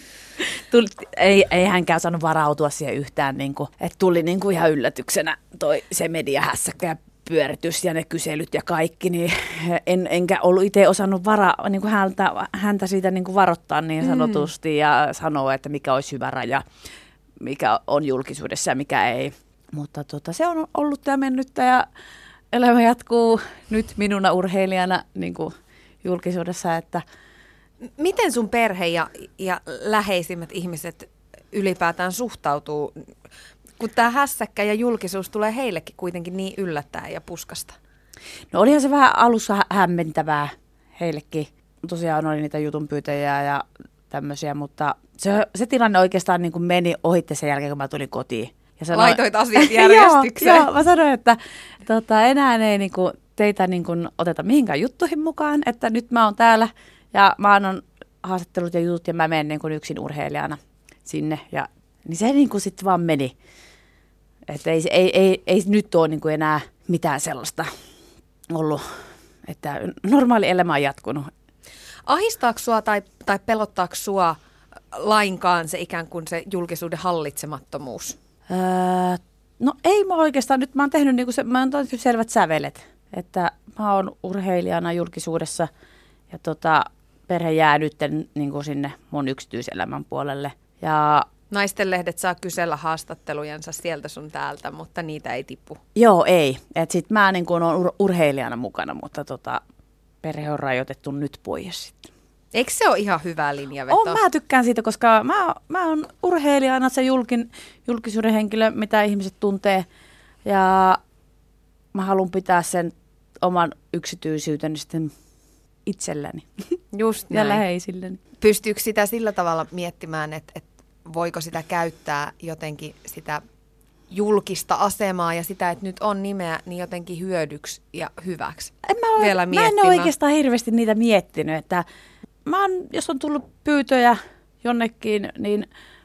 C: tuli, ei, ei hänkään saanut varautua siihen yhtään, niin kuin, että tuli niin kuin ihan yllätyksenä toi se mediahässäkkä ja pyöritys ja ne kyselyt ja kaikki, niin en, enkä ollut itse osannut vara, niin kuin häntä, häntä siitä niin kuin varoittaa niin sanotusti mm. ja sanoa, että mikä olisi hyvä raja, mikä on julkisuudessa ja mikä ei. Mutta tota, se on ollut ja mennyttä ja elämä jatkuu nyt minuna urheilijana niin kuin julkisuudessa. Että
B: miten sun perhe ja, ja läheisimmät ihmiset ylipäätään suhtautuu, kun tämä hässäkkä ja julkisuus tulee heillekin kuitenkin niin yllättäen ja puskasta?
C: No olihan se vähän alussa hämmentävää heillekin. Tosiaan oli niitä jutunpyytäjiä ja tämmöisiä, mutta se, se tilanne oikeastaan niin kuin meni ohitte sen jälkeen, kun mä tulin kotiin. Ja sanoin,
B: laitoit asiat järjestykseen.
C: joo, joo, mä sanoin, että tota, enää ei niin kuin, teitä niin kuin, oteta mihinkään juttuihin mukaan, että nyt mä oon täällä ja mä annan haastattelut ja jutut ja mä menen niin kuin yksin urheilijana sinne. Ja, niin se niin kuin sitten vaan meni. Että ei, ei, ei, ei nyt ole niin kuin enää mitään sellaista ollut, että normaali elämä on jatkunut.
B: Ahistaako sua tai, tai pelottaako sua lainkaan se ikään kuin se julkisuuden hallitsemattomuus?
C: Öö, no ei mä oikeastaan. Nyt mä oon tehnyt, niin kuin se, mä oon tehnyt selvät sävelet. Että mä oon urheilijana julkisuudessa ja tota, perhe jää nyt niin kuin sinne mun yksityiselämän puolelle. Ja
B: Naistenlehdet saa kysellä haastattelujensa sieltä sun täältä, mutta niitä ei tipu.
C: Joo, ei. Et sit mä niin kuin oon ur- urheilijana mukana, mutta tota, perhe on rajoitettu nyt pois sitten.
B: Eikö se ole ihan hyvä linjaveto?
C: On, mä tykkään siitä, koska mä, mä oon urheilijana se julkin, julkisuuden henkilö, mitä ihmiset tuntee. Ja mä haluan pitää sen oman yksityisyyteni sitten itselläni
B: Just
C: ja
B: näin.
C: läheisilleni.
B: Pystyykö sitä sillä tavalla miettimään, että, että voiko sitä käyttää jotenkin sitä julkista asemaa ja sitä, että nyt on nimeä, niin jotenkin hyödyksi ja hyväksi?
C: En mä, ole,
B: Vielä
C: mä en ole oikeastaan hirveästi niitä miettinyt, että mä oon, jos on tullut pyytöjä jonnekin, niin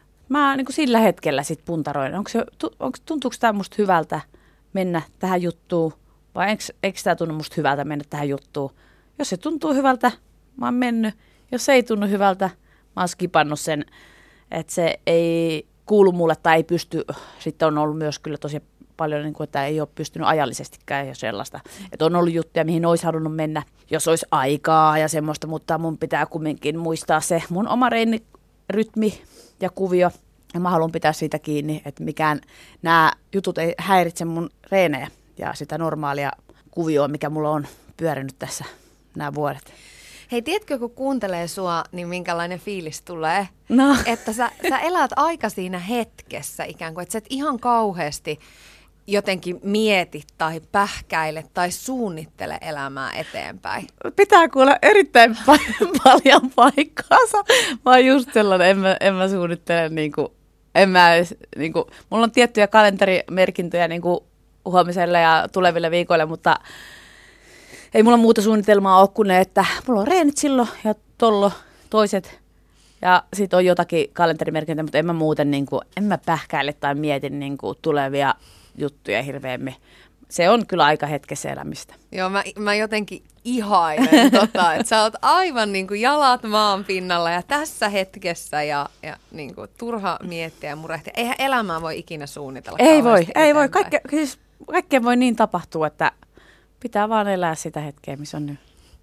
C: mä niin kuin sillä hetkellä sit puntaroin. Onko se, onko, tuntuuko tämä musta hyvältä mennä tähän juttuun vai eikö, eikö tämä tunnu musta hyvältä mennä tähän juttuun? Jos se tuntuu hyvältä, mä oon mennyt. Jos se ei tunnu hyvältä, mä oon skipannut sen, että se ei kuulu mulle tai ei pysty. Sitten on ollut myös kyllä tosi paljon, niin kuin, että ei ole pystynyt ajallisestikään jo sellaista. Että on ollut juttuja, mihin olisi halunnut mennä, jos olisi aikaa ja semmoista, mutta mun pitää kumminkin muistaa se mun oma reenirytmi ja kuvio. Ja mä haluan pitää siitä kiinni, että mikään nämä jutut ei häiritse mun reenejä ja sitä normaalia kuvioa, mikä mulla on pyörinyt tässä nämä vuodet.
B: Hei, tiedätkö, kun kuuntelee sua, niin minkälainen fiilis tulee?
C: No.
B: Että sä, sä elät aika siinä hetkessä ikään kuin, että sä et ihan kauheasti jotenkin mieti tai pähkäile tai suunnittele elämää eteenpäin.
C: Pitää kuulla erittäin paljon, paljon paikkaansa. Mä oon just sellainen, en mä, en mä suunnittele niin kuin, en mä edes, niin kuin, mulla on tiettyjä kalenterimerkintöjä niin kuin huomiselle ja tuleville viikoille, mutta ei mulla muuta suunnitelmaa ole kuin ne, että mulla on reenit silloin ja tollo toiset ja sit on jotakin kalenterimerkintöjä, mutta en mä muuten niin kuin, en mä pähkäile tai mietin niin kuin tulevia juttuja hirveämmin. Se on kyllä aika hetkessä elämistä.
B: Joo, mä, mä jotenkin ihailen tota, että sä oot aivan niin kuin jalat maan pinnalla ja tässä hetkessä ja, ja niin kuin turha miettiä ja murehtia. Eihän elämää voi ikinä suunnitella.
C: Ei voi, ei voi. Kaikke, siis kaikkea voi niin tapahtua, että pitää vaan elää sitä hetkeä, missä on nyt.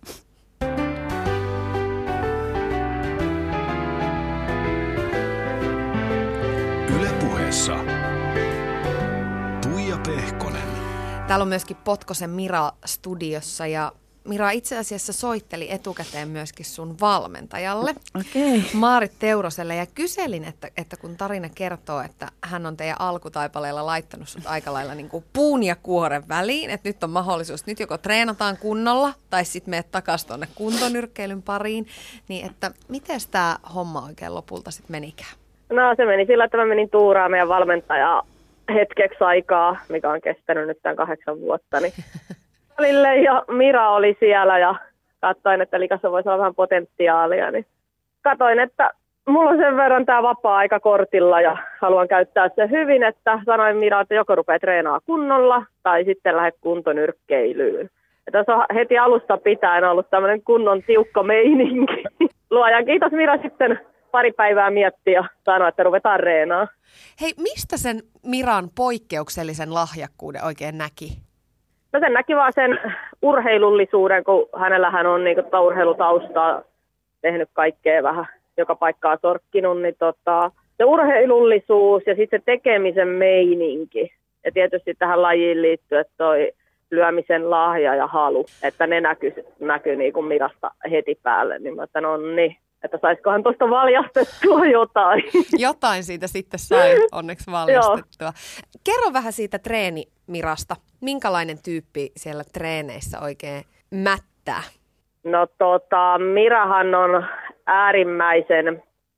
A: Yle Puheessa Tuija Pehkonen.
B: Täällä on myöskin Potkosen Mira studiossa ja Mira itse asiassa soitteli etukäteen myöskin sun valmentajalle,
C: Okei.
B: Maarit Teuroselle, ja kyselin, että, että kun tarina kertoo, että hän on teidän alkutaipaleella laittanut sut aika lailla niin kuin puun ja kuoren väliin, että nyt on mahdollisuus, nyt joko treenataan kunnolla tai sitten meet takaisin tuonne kuntonyrkkeilyn pariin, niin että miten tämä homma oikein lopulta sitten menikään?
F: No se meni sillä, että mä menin tuuraamaan meidän valmentajaa hetkeksi aikaa, mikä on kestänyt nyt tämän kahdeksan vuotta, niin Lille ja Mira oli siellä ja katsoin, että likassa voisi olla vähän potentiaalia. Niin katsoin, että mulla on sen verran tämä vapaa-aika kortilla ja haluan käyttää se hyvin, että sanoin Mira, että joko rupeaa treenaa kunnolla tai sitten lähde kuntonyrkkeilyyn. Ja tässä on heti alusta pitäen ollut tämmöinen kunnon tiukka meininki. Luojan kiitos, Mira sitten pari päivää mietti ja sanoi, että ruvetaan reenaa.
B: Hei, mistä sen Miran poikkeuksellisen lahjakkuuden oikein näki?
F: No sen näki vaan sen urheilullisuuden, kun hänellähän on niin kuin urheilutaustaa, tehnyt kaikkea vähän, joka paikkaa sorkkinut, niin tota, se urheilullisuus ja sitten se tekemisen meininki. Ja tietysti tähän lajiin liittyy, että toi lyömisen lahja ja halu, että ne näkyy, näkyy niin kuin Mirasta heti päälle, niin mä että no niin, että saisikohan tuosta valjastettua jotain.
B: Jotain siitä sitten sai onneksi valjastettua. Kerro vähän siitä treenimirasta. Minkälainen tyyppi siellä treeneissä oikein mättää?
F: No tota, Mirahan on äärimmäisen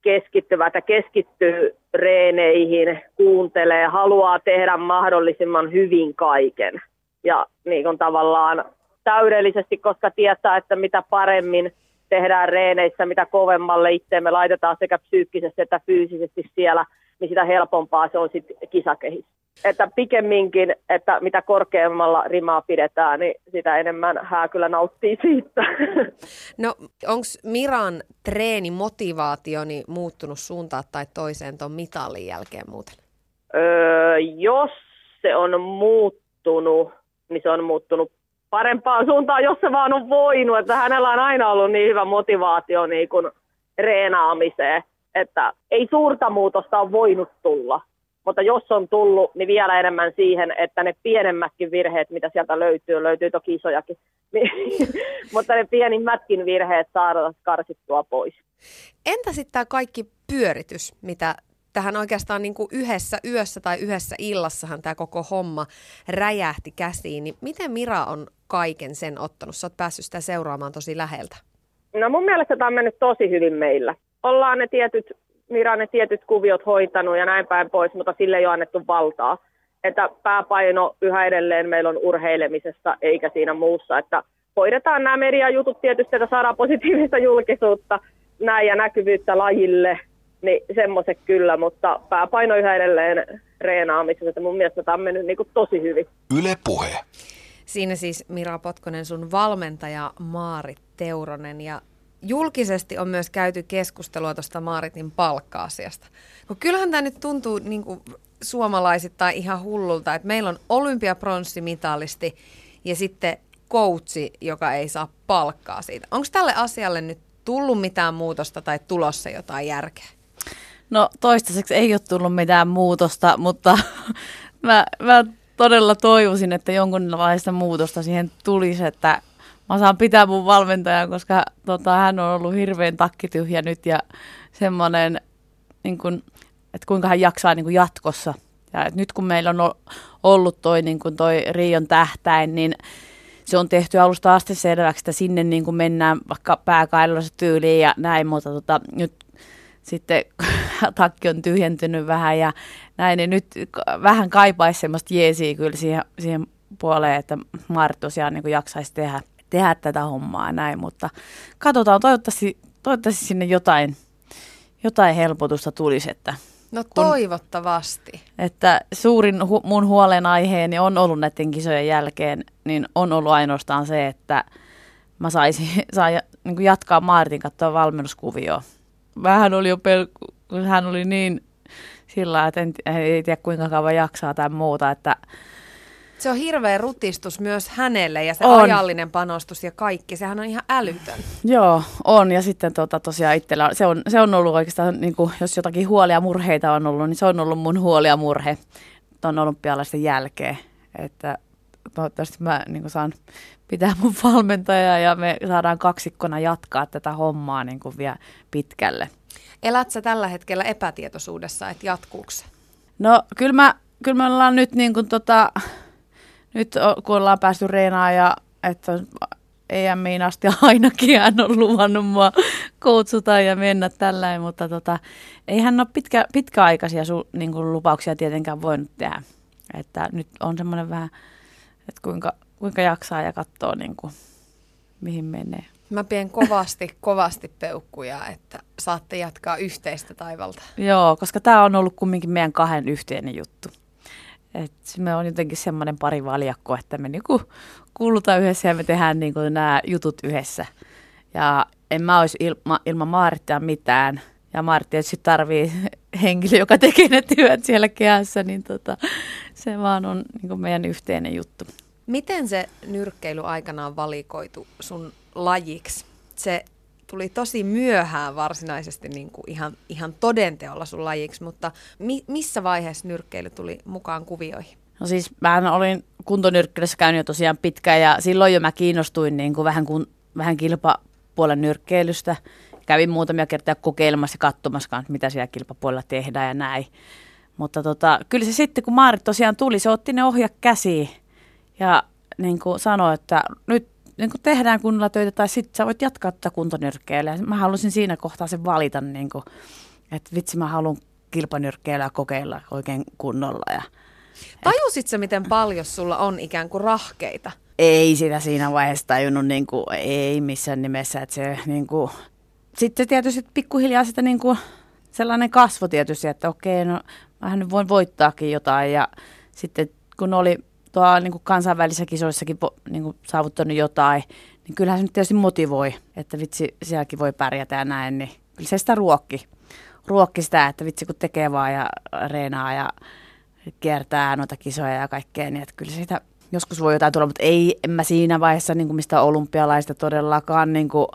F: keskittyvät ja keskittyy reeneihin, kuuntelee, haluaa tehdä mahdollisimman hyvin kaiken. Ja niin kuin tavallaan täydellisesti, koska tietää, että mitä paremmin tehdään reeneissä, mitä kovemmalle itseemme laitetaan sekä psyykkisesti että fyysisesti siellä, niin sitä helpompaa se on sitten kisakehissä. Että pikemminkin, että mitä korkeammalla rimaa pidetään, niin sitä enemmän hän kyllä nauttii siitä.
B: No onko Miran treenimotivaationi muuttunut suuntaan tai toiseen tuon mitalin jälkeen muuten?
F: Öö, jos se on muuttunut, niin se on muuttunut parempaan suuntaan, jos se vaan on voinut. Että hänellä on aina ollut niin hyvä motivaatio niin kuin reenaamiseen, että ei suurta muutosta ole voinut tulla. Mutta jos on tullut, niin vielä enemmän siihen, että ne pienemmätkin virheet, mitä sieltä löytyy, löytyy toki isojakin, mutta ne pienimmätkin virheet saadaan karsittua pois.
B: Entä sitten tämä kaikki pyöritys, mitä tähän oikeastaan niin kuin yhdessä yössä tai yhdessä illassahan tämä koko homma räjähti käsiin, niin miten Mira on kaiken sen ottanut? Sä oot päässyt sitä seuraamaan tosi läheltä.
F: No mun mielestä tämä on mennyt tosi hyvin meillä. Ollaan ne tietyt Mira ne tietyt kuviot hoitanut ja näin päin pois, mutta sille ei ole annettu valtaa. Että pääpaino yhä edelleen meillä on urheilemisessa eikä siinä muussa. Että hoidetaan nämä mediajutut tietysti, että saadaan positiivista julkisuutta näin ja näkyvyyttä lajille, niin semmoiset kyllä, mutta pääpaino yhä edelleen reenaamisessa. Että mun mielestä tämä on mennyt niin kuin tosi hyvin.
A: Yle Puhe.
B: Siinä siis Mira Potkonen, sun valmentaja Maarit Teuronen, ja julkisesti on myös käyty keskustelua tuosta Maaritin palkka-asiasta. Kun kyllähän tämä nyt tuntuu niin kuin suomalaisittain ihan hullulta, että meillä on olympiapronssimitalisti ja sitten coachi, joka ei saa palkkaa siitä. Onko tälle asialle nyt tullut mitään muutosta tai tulossa jotain järkeä?
C: No toistaiseksi ei ole tullut mitään muutosta, mutta mä, mä todella toivoisin, että jonkunlaista muutosta siihen tulisi, että mä saan pitää mun valmentajan, koska tota, hän on ollut hirveän takkityhjä nyt ja semmoinen, niin kun, että kuinka hän jaksaa niin kun jatkossa. Ja nyt kun meillä on ollut toi, niin kun toi Rion tähtäin, niin se on tehty alusta asti selväksi, että sinne niin kun mennään vaikka pääkailossa tyyliin ja näin, mutta tota, nyt sitten takki on tyhjentynyt vähän ja näin, niin nyt vähän kaipaisi semmoista jeesiä kyllä siihen, siihen puoleen, että Maarit tosiaan niin kun jaksaisi tehdä. tehdä tätä hommaa näin, mutta katsotaan, toivottavasti, toivottavasti sinne jotain, jotain helpotusta tulisi. Että
B: no toivottavasti.
C: Kun, että suurin hu, mun huolenaiheeni on ollut näiden kisojen jälkeen, niin on ollut ainoastaan se, että mä saisin saa niin kuin jatkaa Maaritin katsoa valmennuskuvioon. Vähän oli jo pelko, kun hän oli niin sillä että en, ei tiedä kuinka kauan jaksaa tai muuta, että
B: se on hirveä rutistus myös hänelle ja se
C: on.
B: Ajallinen panostus ja kaikki. Sehän on ihan älytön.
C: Joo, on. Ja sitten tota, tosiaan itsellä se on, se on ollut oikeastaan, niin kuin, jos jotakin huolia murheita on ollut, niin se on ollut mun huolia murhe tuon olympialaisten jälkeen. Että toivottavasti mä niin kuin saan pitää mun valmentajaa ja me saadaan kaksikkona jatkaa tätä hommaa niin kuin vielä pitkälle.
B: Elät sä tällä hetkellä epätietoisuudessa, että jatkuuko se?
C: No kyllä, mä, kyllä me ollaan nyt niin kuin tota... Nyt kun ollaan päästy reenaan ja että E M:iin asti ainakin hän on luvannut mua koutsuta ja mennä tällainen, mutta tota, ei hän ole pitkä, pitkäaikaisia su, niin kuin lupauksia tietenkään voinut tehdä. Että nyt on semmoinen vähän, että kuinka, kuinka jaksaa ja katsoo niin kuin, mihin menee.
B: Mä pidän kovasti, kovasti peukkuja, että saatte jatkaa yhteistä taivalta.
C: Joo, koska tämä on ollut kumminkin meidän kahden yhteinen juttu. Että me on jotenkin semmoinen pari valjakko, että me niinku kuulutaan yhdessä ja me tehdään niinku nämä jutut yhdessä. Ja en mä olisi ilma, ilman Maarittia mitään. Ja Maarit tietysti tarvii henkilö, joka tekee ne työt siellä kehässä, niin tota, se vaan on niinku meidän yhteinen juttu.
B: Miten se nyrkkeily aikanaan valikoitu sun lajiksi? Se tuli tosi myöhään varsinaisesti niin kuin ihan, ihan todenteolla sun lajiksi, mutta mi, missä vaiheessa nyrkkeily tuli mukaan kuvioihin?
C: No siis mä olin kuntonyrkkeilyssä käynyt jo tosiaan pitkään ja silloin jo mä kiinnostuin niin kuin vähän, kun, vähän kilpapuolen nyrkkeilystä. Kävin muutamia kertaa kokeilemassa ja katsomassa, mitä siellä kilpapuolella tehdään ja näin. Mutta tota, kyllä se sitten, kun Maarit tosiaan tuli, se otti ne ohjat käsiin ja niin kuin sanoi, että nyt niin kuin tehdään kunnolla töitä tai sitten sä voit jatkaa tätä kuntonyrkkeilyä. Mä halusin siinä kohtaa sen valita niin kuin että vitsi mä haluan kilpanyrkkeilyä kokeilla oikein kunnolla. Ja,
B: Tajusit sä, miten paljon sulla on ikään kuin rahkeita?
C: Ei sitä siinä vaiheessa tajunnut, niin kuin, ei missään nimessä. Että se, niin kuin, sitten tietysti pikkuhiljaa sitä niin kuin, sellainen kasvo tietysti, että okei, no mähän nyt voin voittaakin jotain. Ja sitten kun oli tuolla niin kuin kansainvälisissä kisoissakin niin kuin saavuttanut jotain, niin kyllähän se nyt tietysti motivoi, että vitsi sielläkin voi pärjätä ja näin. Niin kyllä se sitä ruokki. Ruokki sitä, että vitsi kun tekee vaan ja reenaa ja kiertää noita kisoja ja kaikkea, niin että kyllä siitä joskus voi jotain tulla, mutta ei, en mä siinä vaiheessa niin kuin mistä olympialaista todellakaan, niin kuin,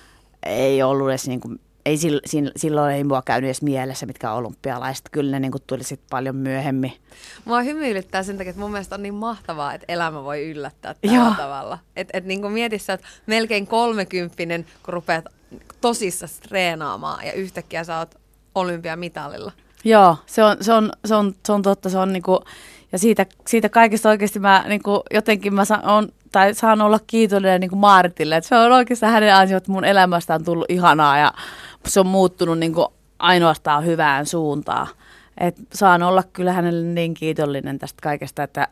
C: ei ollut edes, niin kuin, ei, silloin ei mua käynyt edes mielessä, mitkä on olympialaiset, kyllä ne niin kuin tuli sitten paljon myöhemmin.
B: Mua hymyilyttää sen takia, että mun mielestä on niin mahtavaa, että elämä voi yllättää tällä Joo. tavalla. Että et niin kuin mietit sä, että melkein kolmekymppinen, kun rupeat tosissaan treenaamaan ja yhtäkkiä sä oot olympiamitalilla.
C: Joo, se on, se on, se on, se on totta, se on niinku, ja siitä, siitä kaikesta oikeasti mä niinku, jotenkin mä saan, on, tai saan olla kiitollinen niinku Maaritille, että se on oikeastaan hänen ansiota, että mun elämästä on tullut ihanaa ja se on muuttunut niinku ainoastaan hyvään suuntaan. Et saan olla kyllä hänelle niin kiitollinen tästä kaikesta, että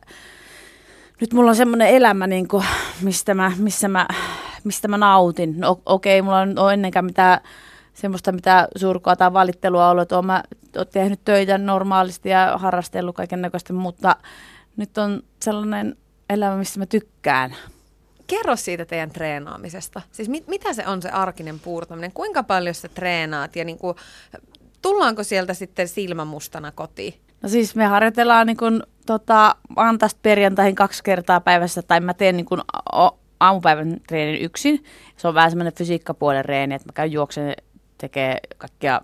C: nyt mulla on semmoinen elämä, niinku, mistä, mä, missä mä, mistä mä nautin. No okei, mulla on, on ennenkään mitään semmoista, mitä surkoa tai valittelua ollut, että olen mä oon tehnyt töitä normaalisti ja harrastellut kaiken näköistä, mutta nyt on sellainen elämä, missä mä tykkään.
B: Kerro siitä teidän treenaamisesta. Siis mit, mitä se on se arkinen puurtaminen? Kuinka paljon sä treenaat ja niin kuin, tullaanko sieltä sitten silmämustana kotiin?
C: No siis me harjoitellaan niin kuin, tota, maanantaista perjantaihin kaksi kertaa päivässä, tai mä teen niin kuin, aamupäivän treenin yksin. Se on vähän semmoinen fysiikkapuolen reeni, että mä käyn juoksen, tekee kaikkia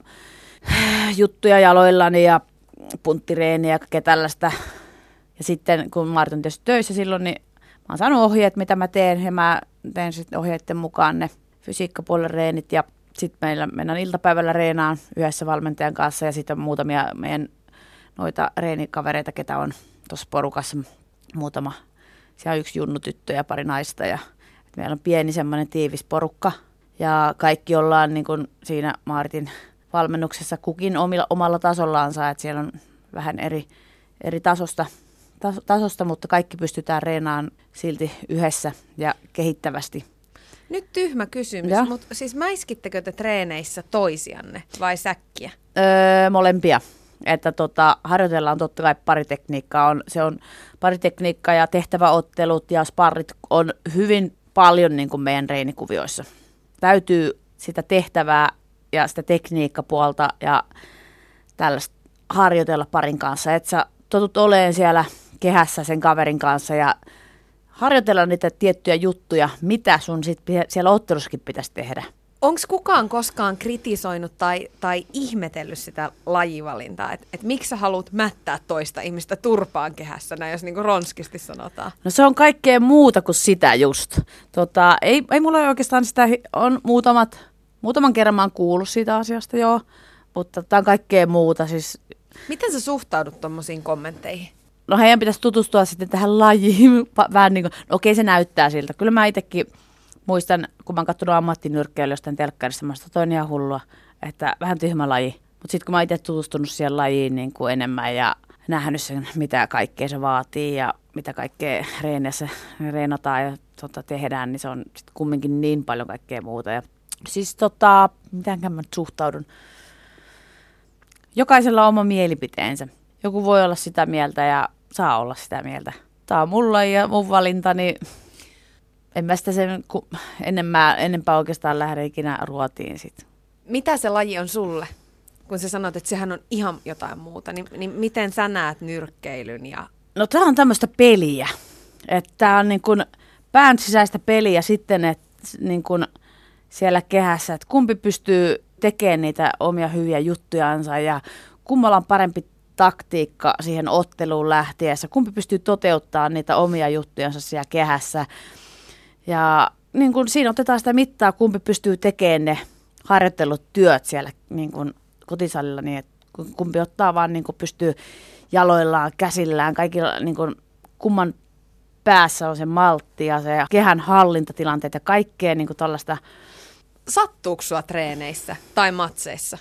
C: juttuja jaloillani ja punttireeniä ja kaikkea tällaista. Ja sitten kun Maarit on tietysti töissä silloin, niin mä oon saanut ohjeet, mitä mä teen, ja mä teen sitten ohjeiden mukaan ne fysiikkapuolen reenit. Ja sitten meillä mennään iltapäivällä reenaan yhdessä valmentajan kanssa, ja sitten on muutamia meidän noita reenikavereita, ketä on tuossa porukassa muutama. Siellä on yksi junnutyttö ja pari naista, ja meillä on pieni semmoinen tiivis porukka. Ja kaikki ollaan niin kuin siinä Maaritin valmennuksessa kukin omilla, omalla tasollaansa, että siellä on vähän eri, eri tasosta, taso, tasosta, mutta kaikki pystytään reenaamaan silti yhdessä ja kehittävästi.
B: Nyt tyhmä kysymys,
C: ja?
B: mutta siis mäiskittekö te treeneissä toisianne vai säkkiä?
C: Öö, molempia. Että tota, harjoitellaan totta kai paritekniikkaa. On, se on paritekniikka ja tehtäväottelut ja sparrit on hyvin paljon niin kuin meidän reenikuvioissa. Täytyy sitä tehtävää ja sitä tekniikkapuolta ja tällaista harjoitella parin kanssa. Että sä totut oleen siellä kehässä sen kaverin kanssa ja harjoitella niitä tiettyjä juttuja, mitä sun sit siellä ottelussakin pitäisi tehdä.
B: Onko kukaan koskaan kritisoinut tai, tai ihmetellyt sitä lajivalintaa, että et miksi sä haluat mättää toista ihmistä turpaan kehässä, näin jos niinku ronskisti sanotaan?
C: No se on kaikkea muuta kuin sitä just. Tota, ei, ei mulla ole oikeastaan sitä, on muutamat, muutaman kerran mä oon kuullut siitä asiasta joo, mutta tämä on kaikkea muuta. Siis.
B: Miten sä suhtaudut tommosiin kommentteihin?
C: No heidän pitäisi tutustua sitten tähän lajiin vähän niin kuin, no okei se näyttää siltä. Kyllä mä itsekin muistan, kun mä oon katsonut ammattinyrkkeilyä jostain telkkarista, mä sanoin, että on ihan hullua, että vähän tyhmä laji. Mutta sitten kun mä oon itse tutustunut siihen lajiin niin kuin enemmän ja nähnyt sen, mitä kaikkea se vaatii ja mitä kaikkea reenessä reenataan ja tota, tehdään, niin se on sitten kumminkin niin paljon kaikkea muuta. Ja siis tota, mitenkään mä nyt suhtaudun. Jokaisella on oma mielipiteensä. Joku voi olla sitä mieltä ja saa olla sitä mieltä. Tämä on mulla ja mun valinta, niin en mä sitä sen enempää, enempää oikeastaan lähde ikinä ruotiin sit. Mitä
B: se laji on sulle? Kun sä sanot, että sehän on ihan jotain muuta, niin, niin miten sä näet nyrkkeilyn? Ja...
C: No tää on tämmöistä peliä. Että tää on niin kuin pään sisäistä peliä sitten, että niin kuin siellä kehässä, että kumpi pystyy tekemään niitä omia hyviä juttujansa ja kummalla on parempi taktiikka siihen otteluun lähtiessä, kumpi pystyy toteuttamaan niitä omia juttujansa siellä kehässä. Ja niin kun siinä otetaan sitä mittaa, kumpi pystyy tekemään ne harjoittelutyöt siellä niin kun kotisalilla, niin että kumpi ottaa vaan niin kun pystyy jaloillaan, käsillään, kaikilla niin kun kumman päässä on se maltti ja se kehän hallintatilanteet ja kaikkea niin kun tällaista.
B: Sattuuko sua treeneissä tai matseissa?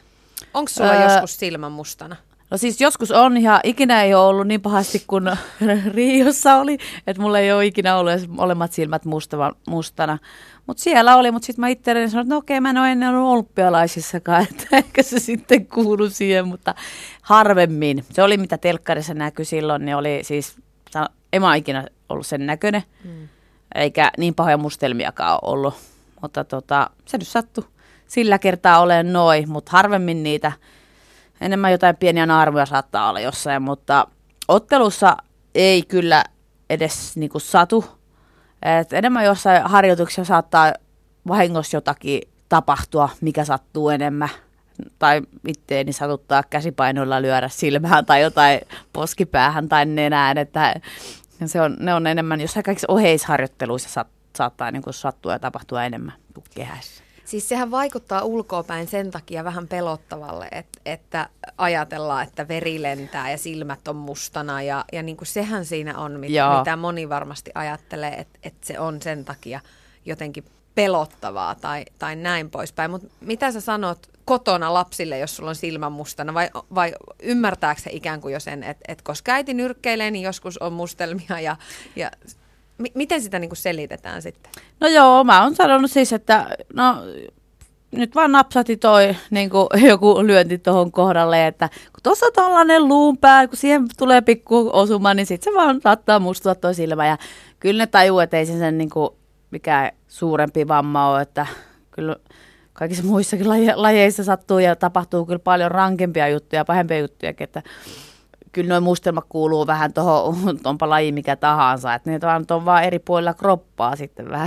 B: Onko sulla öö, joskus silmä mustana?
C: No siis joskus on ja ikinä ei ole ollut niin pahasti kuin Riossa oli, että mulla ei ole ikinä ollut olemat silmät mustava, mustana. Mutta siellä oli, mutta sitten mä itselleni sanoin, että no okei, mä en ole ennen ollut olympialaisissakaan, että ehkä se sitten kuului siihen, mutta harvemmin. Se oli mitä telkkarissa näkyi silloin, niin oli siis, en mä ikinä ollut sen näköinen, mm. eikä niin pahoja mustelmiakaan ole ollut, mutta tota, se nyt sattui. Sillä kertaa olen noin, mutta harvemmin niitä. Enemmän jotain pieniä naarmuja saattaa olla jossain, mutta ottelussa ei kyllä edes niinku satu. Et enemmän jossain harjoituksessa saattaa vahingossa jotakin tapahtua, mikä sattuu enemmän. Tai itteeni satuttaa käsipainoilla lyödä silmään tai jotain poskipäähän tai nenään. Että se on, ne on enemmän, jossain kaikissa oheisharjoitteluissa saat, saattaa niinku sattua ja tapahtua enemmän kuin kehässä.
B: Siis sehän vaikuttaa ulkoapäin sen takia vähän pelottavalle, että, että ajatellaan, että veri lentää ja silmät on mustana. Ja, ja niin kuin sehän siinä on, mit, mitä moni varmasti ajattelee, että, että se on sen takia jotenkin pelottavaa tai, tai näin poispäin. Mutta mitä sä sanot kotona lapsille, jos sulla on silmä mustana? Vai, vai ymmärtääkö se ikään kuin jo sen, että, että koska äiti nyrkkeilee, niin joskus on mustelmia ja... ja M- miten sitä niinku selitetään sitten?
C: No joo, mä oon sanonut siis, että no nyt vaan napsahti toi niinku, joku lyönti tuohon kohdalle, että kun tuossa on tällainen luun pää, kun siihen tulee pikku osuma, niin sitten se vaan saattaa mustua toi silmä. Ja kyllä ne tajuu, että ei se sen niinku, mikään suurempi vamma ole, että kyllä kaikissa muissakin laje- lajeissa sattuu ja tapahtuu kyllä paljon rankempia juttuja, pahempia juttuja, että kyllä nuo mustelmat kuuluu vähän tuohon, onpa laji mikä tahansa, että ne on, on vaan eri puolilla kroppaa sitten vähän.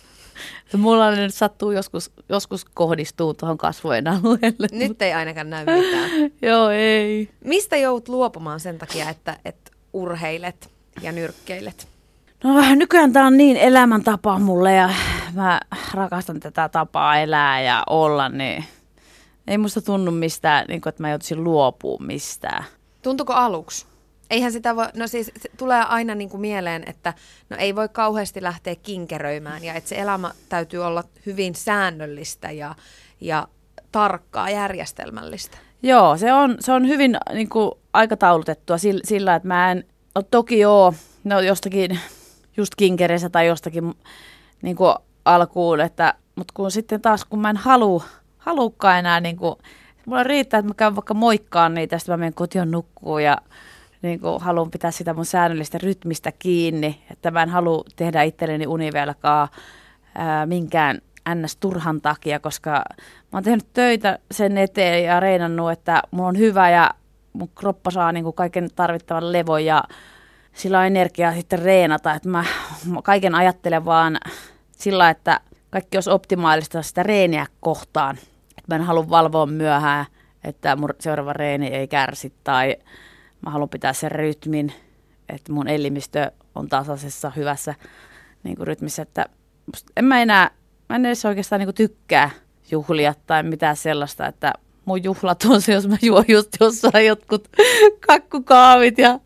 C: Mulla ne nyt sattuu joskus, joskus kohdistuu tuohon kasvojen alueelle.
B: Nyt ei ainakaan näy mitään.
C: Joo, ei.
B: Mistä joudut luopumaan sen takia, että, että urheilet ja nyrkkeilet?
C: No nykyään tää on niin elämäntapa mulle ja mä rakastan tätä tapaa elää ja olla, niin ei musta tunnu mistään, niin kuin, että mä joutuisin luopumaan mistään.
B: Tuntuuko aluksi? Eihän sitä voi, no siis se tulee aina niin kuin mieleen, että no ei voi kauheasti lähteä kinkeröimään ja että se elämä täytyy olla hyvin säännöllistä ja, ja tarkkaa, järjestelmällistä.
C: Joo, se on, se on hyvin niin kuin aikataulutettua sillä, sillä, että mä en, no toki joo, no jostakin just kinkereissä tai jostakin niin kuin alkuun, että, mutta kun sitten taas kun mä en halua, halukaan enää niin kuin, mulla riittää, että mä käyn vaikka moikkaan niitä, sitten mä menen kotiin nukkuun ja niin kuin haluan pitää sitä mun säännöllistä rytmistä kiinni, että mä en halua tehdä itselleni univelkaa ää, minkään ns-turhan takia, koska mä oon tehnyt töitä sen eteen ja reenannut, että mulla on hyvä ja mun kroppa saa niin kuin kaiken tarvittavan levon ja sillä on energiaa sitten reenata, että mä, mä kaiken ajattelen vaan sillä, että kaikki olisi optimaalista sitä reeniä kohtaan. Mä en halua valvoa myöhään, että mun seuraava reeni ei kärsi tai mä haluan pitää sen rytmin, että mun elimistö on tasaisessa hyvässä niin kuin rytmissä. Että en mä enää, mä en edes oikeastaan niin kuin tykkää juhlia tai mitään sellaista, että mun juhlat on se, jos mä juon just jossain jotkut kakkukaavit ja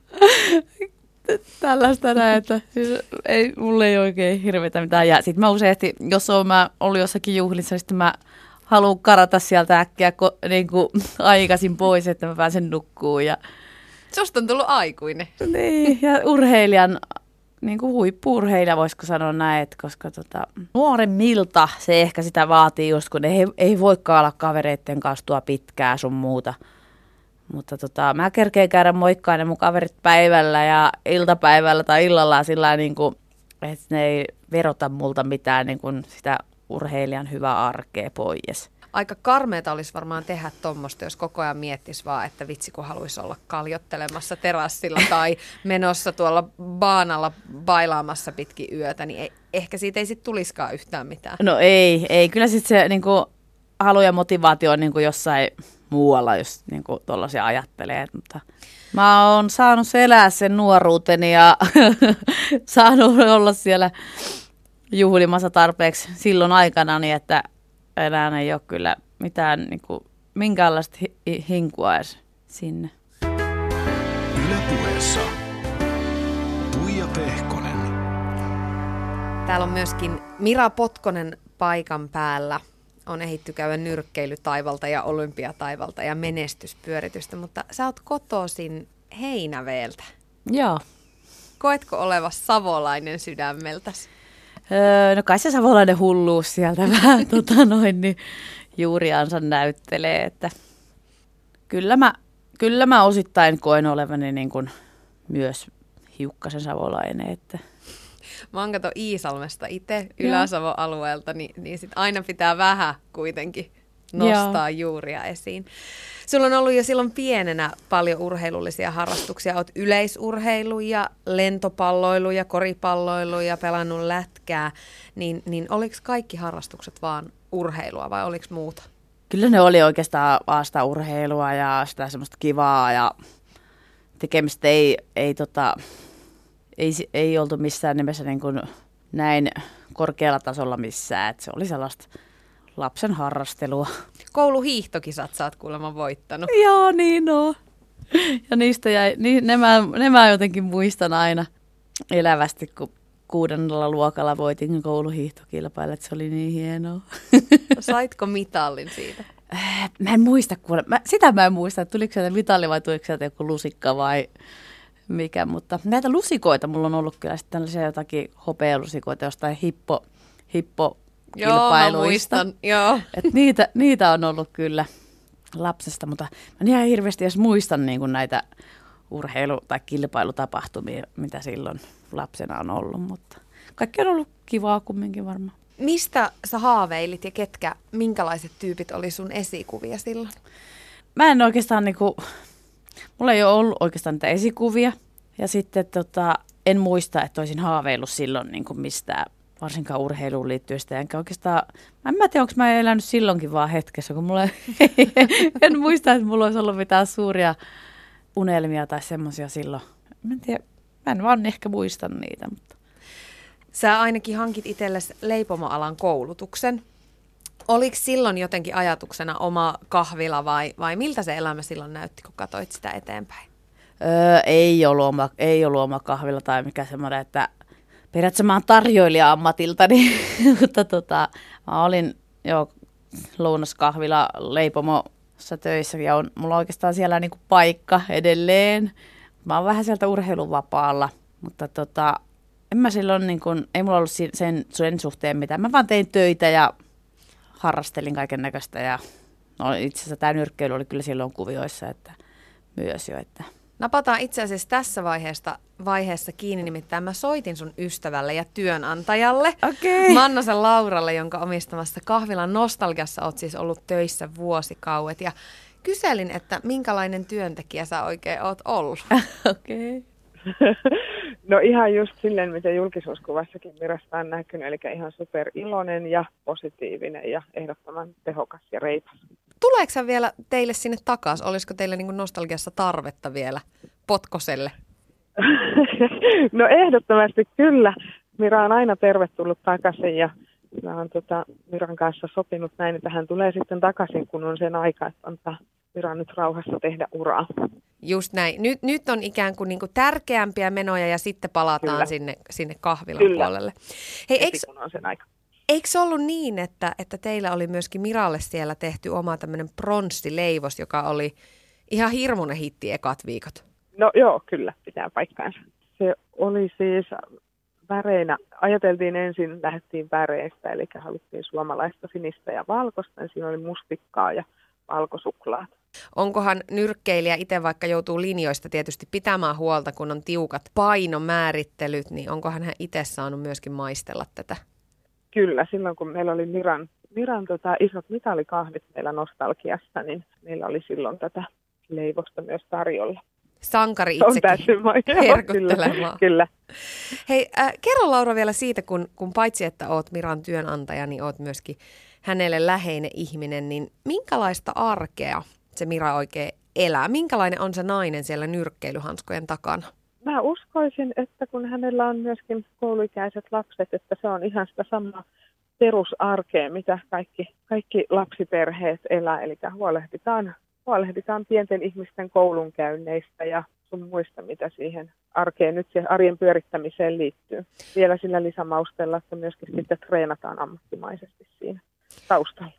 C: tällaista näin, että siis ei, mulle ei oikein hirveätä mitään. Ja sit mä useasti, jos oon mä ollut jossakin juhlissa, niin sitten mä haluan karata sieltä äkkiä ko, niin kuin aikaisin pois, että mä pääsen nukkuun. Ja
B: susta on tullut aikuinen.
C: Niin, ja urheilijan, niin kuin huippu-urheilija voisiko sanoa näin, että koska tota, nuoremmilta se ehkä sitä vaatii just, kun ei, ei voikaan olla kavereiden kanssa tuo pitkää sun muuta. Mutta tota, mä kerkeen käydä moikkaan ne mun kaverit päivällä ja iltapäivällä tai illalla sillä niin kuin, että ne ei verota multa mitään niin kuin sitä urheilijan hyvää arkea pois.
B: Aika karmeeta olisi varmaan tehdä tuommoista, jos koko ajan miettisi vaan, että vitsi kun haluaisi olla kaljottelemassa terassilla tai menossa tuolla baanalla bailaamassa pitkin yötä, niin ei, ehkä siitä ei sitten tulisikaan yhtään mitään.
C: No ei, ei. Kyllä sitten se niin kuin, halu ja motivaatio on niin kuin jossain muualla, jos niin kuin tuollaisia ajattelee. Mutta mä oon saanut elää sen nuoruuteni ja saanut olla siellä juhlimassa tarpeeksi silloin aikana, niin että enää ei ole kyllä mitään niin kuin, minkäänlaista hi- hinkua edes sinne.
A: Yle Puheessa Tuija Pehkonen.
B: Täällä on myöskin Mira Potkonen paikan päällä. on ehditty käydä nyrkkeilytaivalta ja olympiataivalta ja menestyspyöritystä, mutta sä oot kotoisin Heinäveeltä.
C: Joo.
B: Koetko olevas savolainen sydämeltäsi?
C: Öö, no kai se savolainen hulluus sieltä vähän tota noin, niin juuriansa näyttelee, että kyllä mä, kyllä mä osittain koen olevani niin kuin myös hiukkasen savolainen, että
B: Mä oon kato Iisalmesta itse Ylä-Savon alueelta, niin, niin sit aina pitää vähän kuitenkin nostaa Joo. juuria esiin. Sulla on ollut jo silloin pienenä paljon urheilullisia harrastuksia. Oot yleisurheilu ja lentopalloilu ja koripalloilu ja pelannut lätkää. Niin, niin oliko kaikki harrastukset vaan urheilua vai oliko muuta?
C: Kyllä ne oli oikeastaan vaan sitä urheilua ja sitä semmoista kivaa ja tekemistä ei, ei, tota, ei, ei oltu missään nimessä niin kuin näin korkealla tasolla missään. Et se oli sellaista lapsen harrastelua.
B: Kouluhiihtokisat sä oot kuulemma voittanut.
C: Joo, niin no. Ja niistä jäi, niin, ne, mä, ne mä jotenkin muistan aina elävästi, kun kuudennella luokalla voitin kouluhiihtokilpailut. Se oli niin hienoa.
B: Saitko mitallin siitä?
C: Mä en muista, kuule. Mä, sitä mä en muista, että tuliko sieltä mitalli vai tuliko sieltä joku lusikka vai mikä. Mutta näitä lusikoita mulla on ollut kyllä sitten tällaisia jotakin hopealusikoita jostain hippo, hippo
B: Joo, mä muistan. Joo.
C: Et niitä, niitä on ollut kyllä lapsesta, mutta mä en ihan hirveästi edes muistan niin kuin näitä urheilu- tai kilpailutapahtumia, mitä silloin lapsena on ollut, mutta kaikki on ollut kivaa kumminkin varmaan.
B: Mistä sä haaveilit ja ketkä, minkälaiset tyypit oli sun esikuvia silloin?
C: Mä en oikeastaan niinku, mulla ei ole ollut oikeastaan niitä esikuvia ja sitten tota, en muista, että olisin haaveillut silloin niinku mistään varsinkaan urheiluun liittyvistä, enkä oikeastaan, mä en mä tiedä, onko mä elänyt silloinkin vaan hetkessä, kun mulla ei, en muista, että mulla olisi ollut mitään suuria unelmia tai semmoisia silloin. Mä en tiedä, mä en vaan ehkä muista niitä, mutta.
B: Sä ainakin hankit itsellesi leipomoalan koulutuksen. Oliko silloin jotenkin ajatuksena oma kahvila vai, vai miltä se elämä silloin näytti, kun katsoit sitä eteenpäin?
C: Öö, ei ollut oma, ei ollut oma kahvila tai mikä semmoinen, että periaatteessa mä oon tarjoilija ammatiltani, mutta tota, mä olin jo lounaskahvila leipomossa töissä ja on, mulla on oikeastaan siellä niinku paikka edelleen. Mä oon vähän sieltä urheiluvapaalla, mutta tota, en mä silloin, niin kun, ei mulla ollut sen, sen suhteen mitään. Mä vaan tein töitä ja harrastelin kaiken näköistä ja no, itse asiassa tämä nyrkkeily oli kyllä silloin kuvioissa, että myös jo, että
B: Napataan itse asiassa tässä vaiheessa, vaiheessa kiinni, nimittäin mä soitin sun ystävälle ja työnantajalle,
C: okay.
B: Mannosen Lauralle, jonka omistamassa kahvilan Nostalgiassa oot siis ollut töissä vuosikauet. Ja kyselin, että minkälainen työntekijä sä oikein oot ollut.
C: Okei. Okay.
G: No ihan just silleen, mitä julkisuuskuvassakin Mirasta on näkynyt, eli ihan super iloinen ja positiivinen ja ehdottoman tehokas ja reipas.
B: Tuleeko sä vielä teille sinne takaisin? Olisiko teille niin kuin Nostalgiassa tarvetta vielä Potkoselle?
G: No ehdottomasti kyllä. Mira on aina tervetullut takaisin ja mä oon tota Miran kanssa sopinut näin, että hän tulee sitten takaisin, kun on sen aika, että antaa Mira nyt rauhassa tehdä uraa.
B: Just näin. Nyt, nyt on ikään kuin, niin kuin tärkeämpiä menoja ja sitten palataan sinne, sinne kahvilan
G: kyllä.
B: puolelle. Hei, eikö,
G: kun on sen aika.
B: Eikö se ollut niin, että, että teillä oli myöskin Miralle siellä tehty oma tämmöinen pronssileivos, joka oli ihan hirmuinen hitti ekat viikot?
G: No joo, kyllä, pitää paikkaansa. Se oli siis väreinä, ajateltiin ensin, lähdettiin väreistä, eli haluttiin suomalaista sinistä ja valkoista, ja siinä oli mustikkaa ja valkosuklaat.
B: Onkohan nyrkkeilijä itse, vaikka joutuu linjoista tietysti pitämään huolta, kun on tiukat painomäärittelyt, niin onkohan hän itse saanut myöskin maistella tätä?
G: Kyllä, silloin kun meillä oli Miran, Miran tota, isot mitalikahvit meillä Nostalgiassa, niin meillä oli silloin tätä leivosta myös tarjolla.
B: Sankari itsekin herkuttelemaan.
G: Kyllä, kyllä.
B: Hei, äh, kerro Laura vielä siitä, kun, kun paitsi että oot Miran työnantaja, niin oot myöskin hänelle läheinen ihminen, niin minkälaista arkea se Mira oikein elää? Minkälainen on se nainen siellä nyrkkeilyhanskojen takana?
G: Mä uskoisin, että kun hänellä on myöskin kouluikäiset lapset, että se on ihan sitä samaa perusarkea, mitä kaikki, kaikki lapsiperheet elää. Eli huolehditaan, huolehditaan pienten ihmisten koulunkäynneistä ja sun muista, mitä siihen arkeen nyt siihen arjen pyörittämiseen liittyy. Vielä sillä lisämaustella, että myöskin sitten treenataan ammattimaisesti siinä taustalla.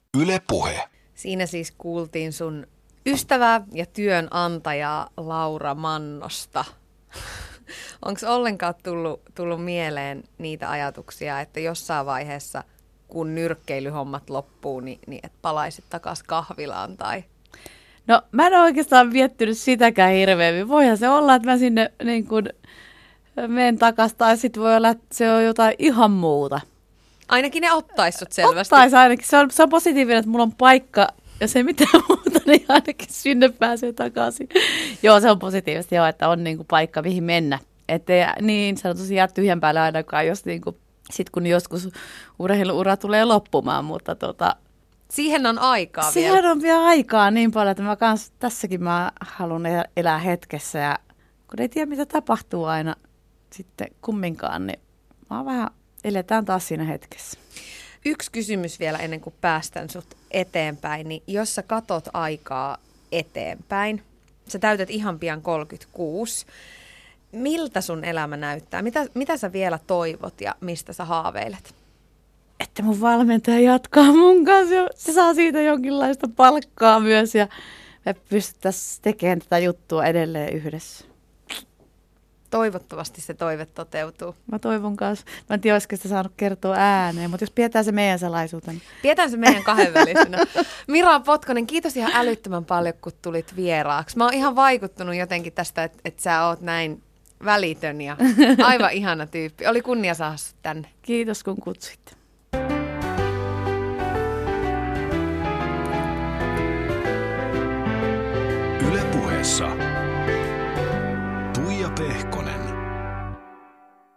A: Yle Puhe.
B: Siinä siis kuultiin sun ystävää ja työnantajaa Laura Mannosta. Onko ollenkaan tullut, tullut mieleen niitä ajatuksia, että jossain vaiheessa, kun nyrkkeilyhommat loppuu, niin, niin et palaisit takaisin kahvilaan tai...
C: No mä en ole oikeastaan miettinyt sitäkään hirveämmin. Voihan se olla, että mä sinne niin kun menen takaisin tai sitten voi olla, että se on jotain ihan muuta.
B: Ainakin ne ottaisi sut selvästi.
C: Ottaisi ainakin. Se on, se on positiivinen, että mulla on paikka, jos ei mitään muuta, niin ainakin sinne pääsee takaisin. Joo, se on positiivista, joo, että on niinku paikka, mihin mennä. Että niin sanotusti jää tyhjän päälle ainakaan, jos niinku, sit kun joskus urheiluura tulee loppumaan, mutta tota...
B: Siihen on aikaa
C: Siihen
B: vielä.
C: on vielä aikaa niin paljon, että mä kans, tässäkin mä haluan elää hetkessä ja kun ei tiedä mitä tapahtuu aina sitten kumminkaan, niin mä vähän eletään taas siinä hetkessä.
B: Yksi kysymys vielä ennen kuin päästän sut eteenpäin, niin jos sä katot aikaa eteenpäin, sä täytät ihan pian kolmekymmentäkuusi, miltä sun elämä näyttää? Mitä, mitä sä vielä toivot ja mistä sä haaveilet?
C: Että mun valmentaja jatkaa mun kanssa ja se saa siitä jonkinlaista palkkaa myös ja me pystyttäisiin tekemään tätä juttua edelleen yhdessä.
B: Toivottavasti se toive toteutuu.
C: Mä toivon kanssa. Mä en tiedä, olisiko sitä saanut kertoa ääneen, mutta jos pidetään se meidän salaisuutena.
B: Pidetään se meidän kahdenvälisenä. Mira Potkonen, kiitos ihan älyttömän paljon, kun tulit vieraaksi. Mä oon ihan vaikuttunut jotenkin tästä, että, että sä oot näin välitön ja aivan ihana tyyppi. Oli kunnia saada sut tänne.
C: Kiitos, kun kutsuitte.
A: Yle Puheessa Tuija Pehkonen.